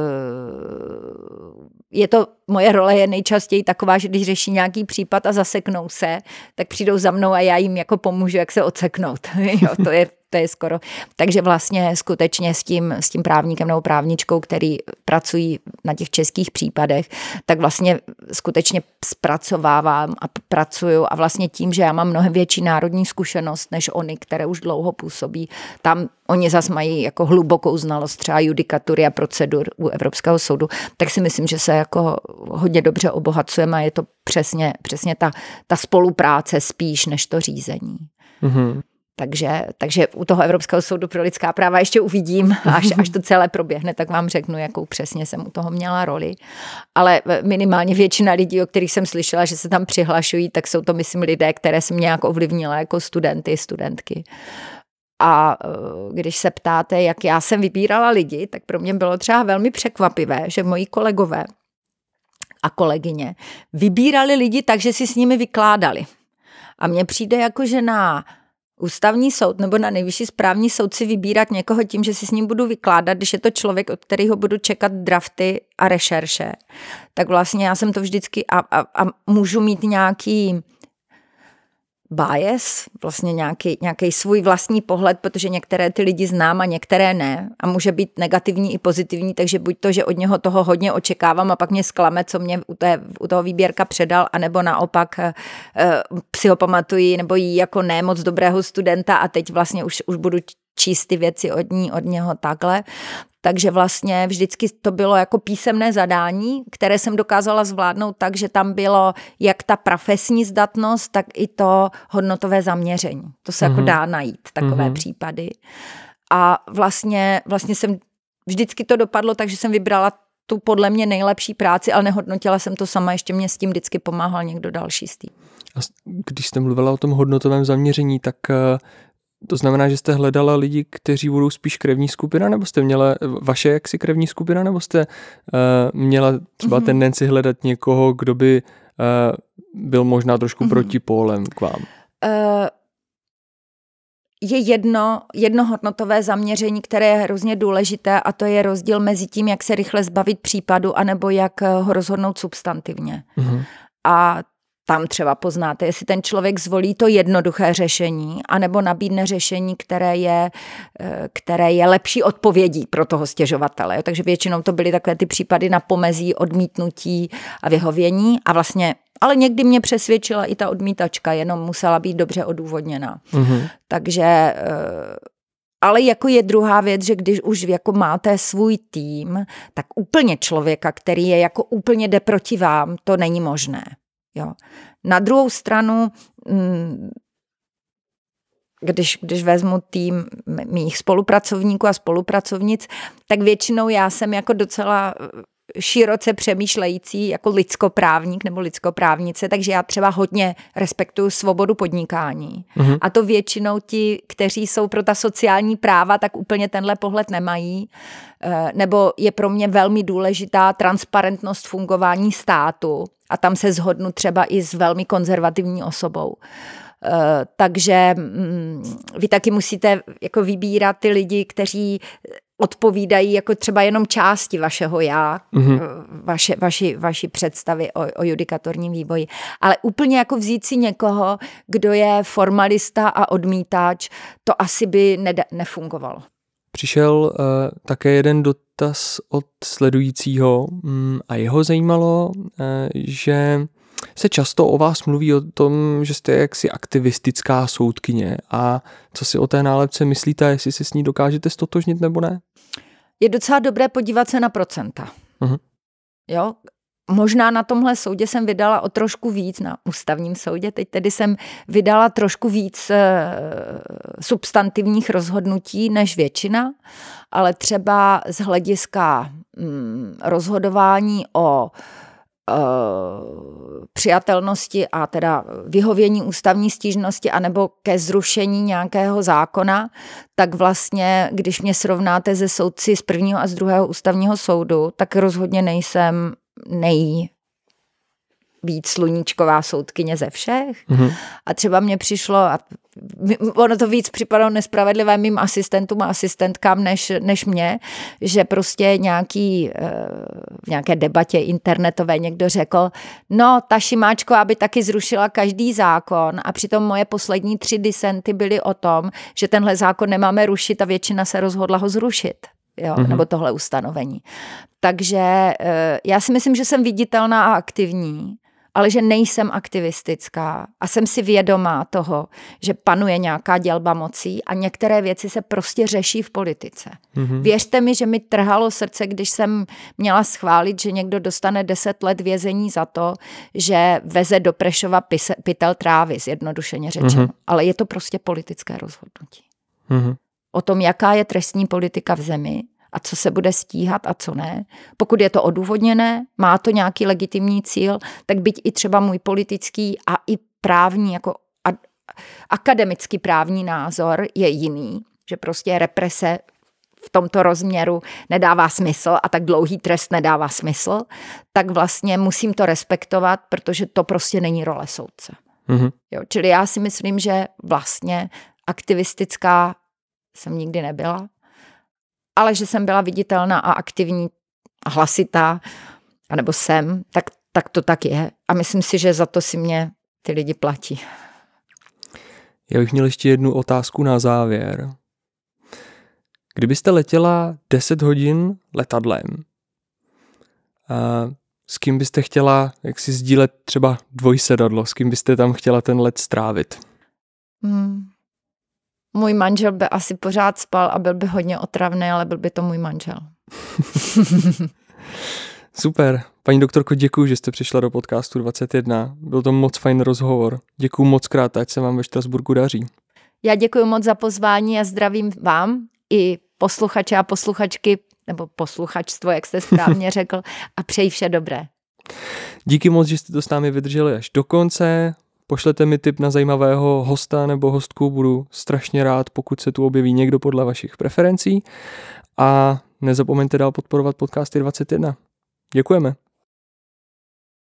moje role je nejčastěji taková, že když řeší nějaký případ a zaseknou se, tak přijdou za mnou a já jim jako pomůžu, jak se odseknout. Jo, to je skoro. Takže vlastně skutečně s tím právníkem nebo právničkou, který pracují na těch českých případech, tak vlastně skutečně zpracovávám a pracuju a vlastně tím, že já mám mnohem větší národní zkušenost než oni, které už dlouho působí, tam oni zas mají jako hlubokou znalost třeba judikatury a procedur u Evropského soudu, tak si myslím, že se jako hodně dobře obohacujeme a je to přesně ta spolupráce spíš než to řízení. Mm-hmm. Takže u toho Evropského soudu pro lidská práva ještě uvidím, až to celé proběhne, tak vám řeknu, jakou přesně jsem u toho měla roli. Ale minimálně většina lidí, o kterých jsem slyšela, že se tam přihlašují, tak jsou to, myslím, lidé, které jsem nějak ovlivnila jako studentky. A když se ptáte, jak já jsem vybírala lidi, tak pro mě bylo třeba velmi překvapivé, že moji kolegové a kolegyně vybírali lidi tak, že si s nimi vykládali. A mně přijde jako, že na ústavní soud nebo na nejvyšší správní soud si vybírat někoho tím, že si s ním budu vykládat, když je to člověk, od kterého budu čekat drafty a rešerše, tak vlastně já jsem to vždycky a můžu mít nějaký bias, vlastně nějaký svůj vlastní pohled, protože některé ty lidi znám a některé ne a může být negativní i pozitivní, takže buď to, že od něho toho hodně očekávám a pak mě zklame, co mě u toho výběrka předal, anebo naopak si ho pamatuji nebo jí jako ne moc dobrého studenta a teď vlastně už budu číst ty věci od něho takhle. Takže vlastně vždycky to bylo jako písemné zadání, které jsem dokázala zvládnout tak, že tam bylo jak ta profesní zdatnost, tak i to hodnotové zaměření. To se jako dá najít, takové případy. A vlastně jsem vždycky to dopadlo, takže jsem vybrala tu podle mě nejlepší práci, ale nehodnotila jsem to sama, ještě mě s tím vždycky pomáhal někdo další z tým. A když jste mluvila o tom hodnotovém zaměření, tak to znamená, že jste hledala lidi, kteří budou spíš krevní skupina, nebo jste měla vaše jaksi krevní skupina, nebo jste měla třeba tendenci hledat někoho, kdo by byl možná trošku protipólem k vám? Je jedno hodnotové zaměření, které je hrozně důležité a to je rozdíl mezi tím, jak se rychle zbavit případu anebo jak ho rozhodnout substantivně. A tam třeba poznáte, jestli ten člověk zvolí to jednoduché řešení, anebo nabídne řešení, které je lepší odpovědí pro toho stěžovatele. Takže většinou to byly takové ty případy na pomezí odmítnutí a vyhovění a vlastně, ale někdy mě přesvědčila i ta odmítačka, jenom musela být dobře odůvodněná. Takže ale jako je druhá věc, že když už jako máte svůj tým, tak úplně člověka, který je jako úplně jde proti vám, to není možné. Jo. Na druhou stranu, když vezmu tým mých spolupracovníků a spolupracovnic, tak většinou já jsem jako docela široce přemýšlející jako lidskoprávník nebo lidskoprávnice, takže já třeba hodně respektuju svobodu podnikání. A to většinou ti, kteří jsou pro ta sociální práva, tak úplně tenhle pohled nemají. Nebo je pro mě velmi důležitá transparentnost fungování státu a tam se shodnu třeba i s velmi konzervativní osobou. Takže vy taky musíte jako vybírat ty lidi, kteří odpovídají jako třeba jenom části vašeho já, vaši představy o judikatorním vývoji. Ale úplně jako vzít si někoho, kdo je formalista a odmítač, to asi by nefungovalo. Přišel také jeden dotaz dotaz od sledujícího a jeho zajímalo, že se často o vás mluví o tom, že jste jaksi aktivistická soudkyně a co si o té nálepce myslíte, jestli si s ní dokážete stotožnit nebo ne? Je docela dobré podívat se na procenta. Uh-huh. Jo? Možná na tomhle soudě jsem vydala o trošku víc, na ústavním soudě, teď tedy jsem vydala trošku víc substantivních rozhodnutí než většina, ale třeba z hlediska rozhodování o přijatelnosti a teda vyhovění ústavní stížnosti anebo ke zrušení nějakého zákona, tak vlastně, když mě srovnáte ze soudci z prvního a z druhého ústavního soudu, tak rozhodně nejsem víc sluníčková soudkyně ze všech. Mm-hmm. A třeba mně přišlo, a ono to víc připadalo nespravedlivé mým asistentům a asistentkám než mě, že prostě v nějaké debatě internetové někdo řekl, no ta Šimáčková by taky zrušila každý zákon a přitom moje poslední 3 disenty byly o tom, že tenhle zákon nemáme rušit a většina se rozhodla ho zrušit. Jo, nebo tohle ustanovení. Takže já si myslím, že jsem viditelná a aktivní, ale že nejsem aktivistická a jsem si vědomá toho, že panuje nějaká dělba mocí a některé věci se prostě řeší v politice. Mm-hmm. Věřte mi, že mi trhalo srdce, když jsem měla schválit, že někdo dostane 10 let vězení za to, že veze do Prešova pytel trávy, zjednodušeně řečeno. Mm-hmm. Ale je to prostě politické rozhodnutí. Mm-hmm. O tom, jaká je trestní politika v zemi a co se bude stíhat a co ne. Pokud je to odůvodněné, má to nějaký legitimní cíl, tak byť i třeba můj politický a i právní, jako akademický právní názor je jiný, že prostě represe v tomto rozměru nedává smysl a tak dlouhý trest nedává smysl, tak vlastně musím to respektovat, protože to prostě není role soudce. Mm-hmm. Jo, čili já si myslím, že vlastně aktivistická jsem nikdy nebyla, ale že jsem byla viditelná a aktivní a hlasitá, anebo jsem, tak to tak je. A myslím si, že za to si mě ty lidi platí. Já bych měl ještě jednu otázku na závěr. Kdybyste letěla 10 hodin letadlem, s kým byste chtěla jaksi sdílet třeba dvojsedadlo, s kým byste tam chtěla ten let strávit? Můj manžel by asi pořád spal a byl by hodně otravný, ale byl by to můj manžel. Super. Paní doktorko, děkuji, že jste přišla do podcastu 21. Byl to moc fajn rozhovor. Děkuji moc krát, ať se vám ve Štrasburku daří. Já děkuji moc za pozvání a zdravím vám i posluchače a posluchačky, nebo posluchačstvo, jak jste správně řekl, a přeji vše dobré. Díky moc, že jste to s námi vydrželi až do konce. Pošlete mi tip na zajímavého hosta nebo hostku, budu strašně rád, pokud se tu objeví někdo podle vašich preferencí. A nezapomeňte dál podporovat podcasty 21. Děkujeme.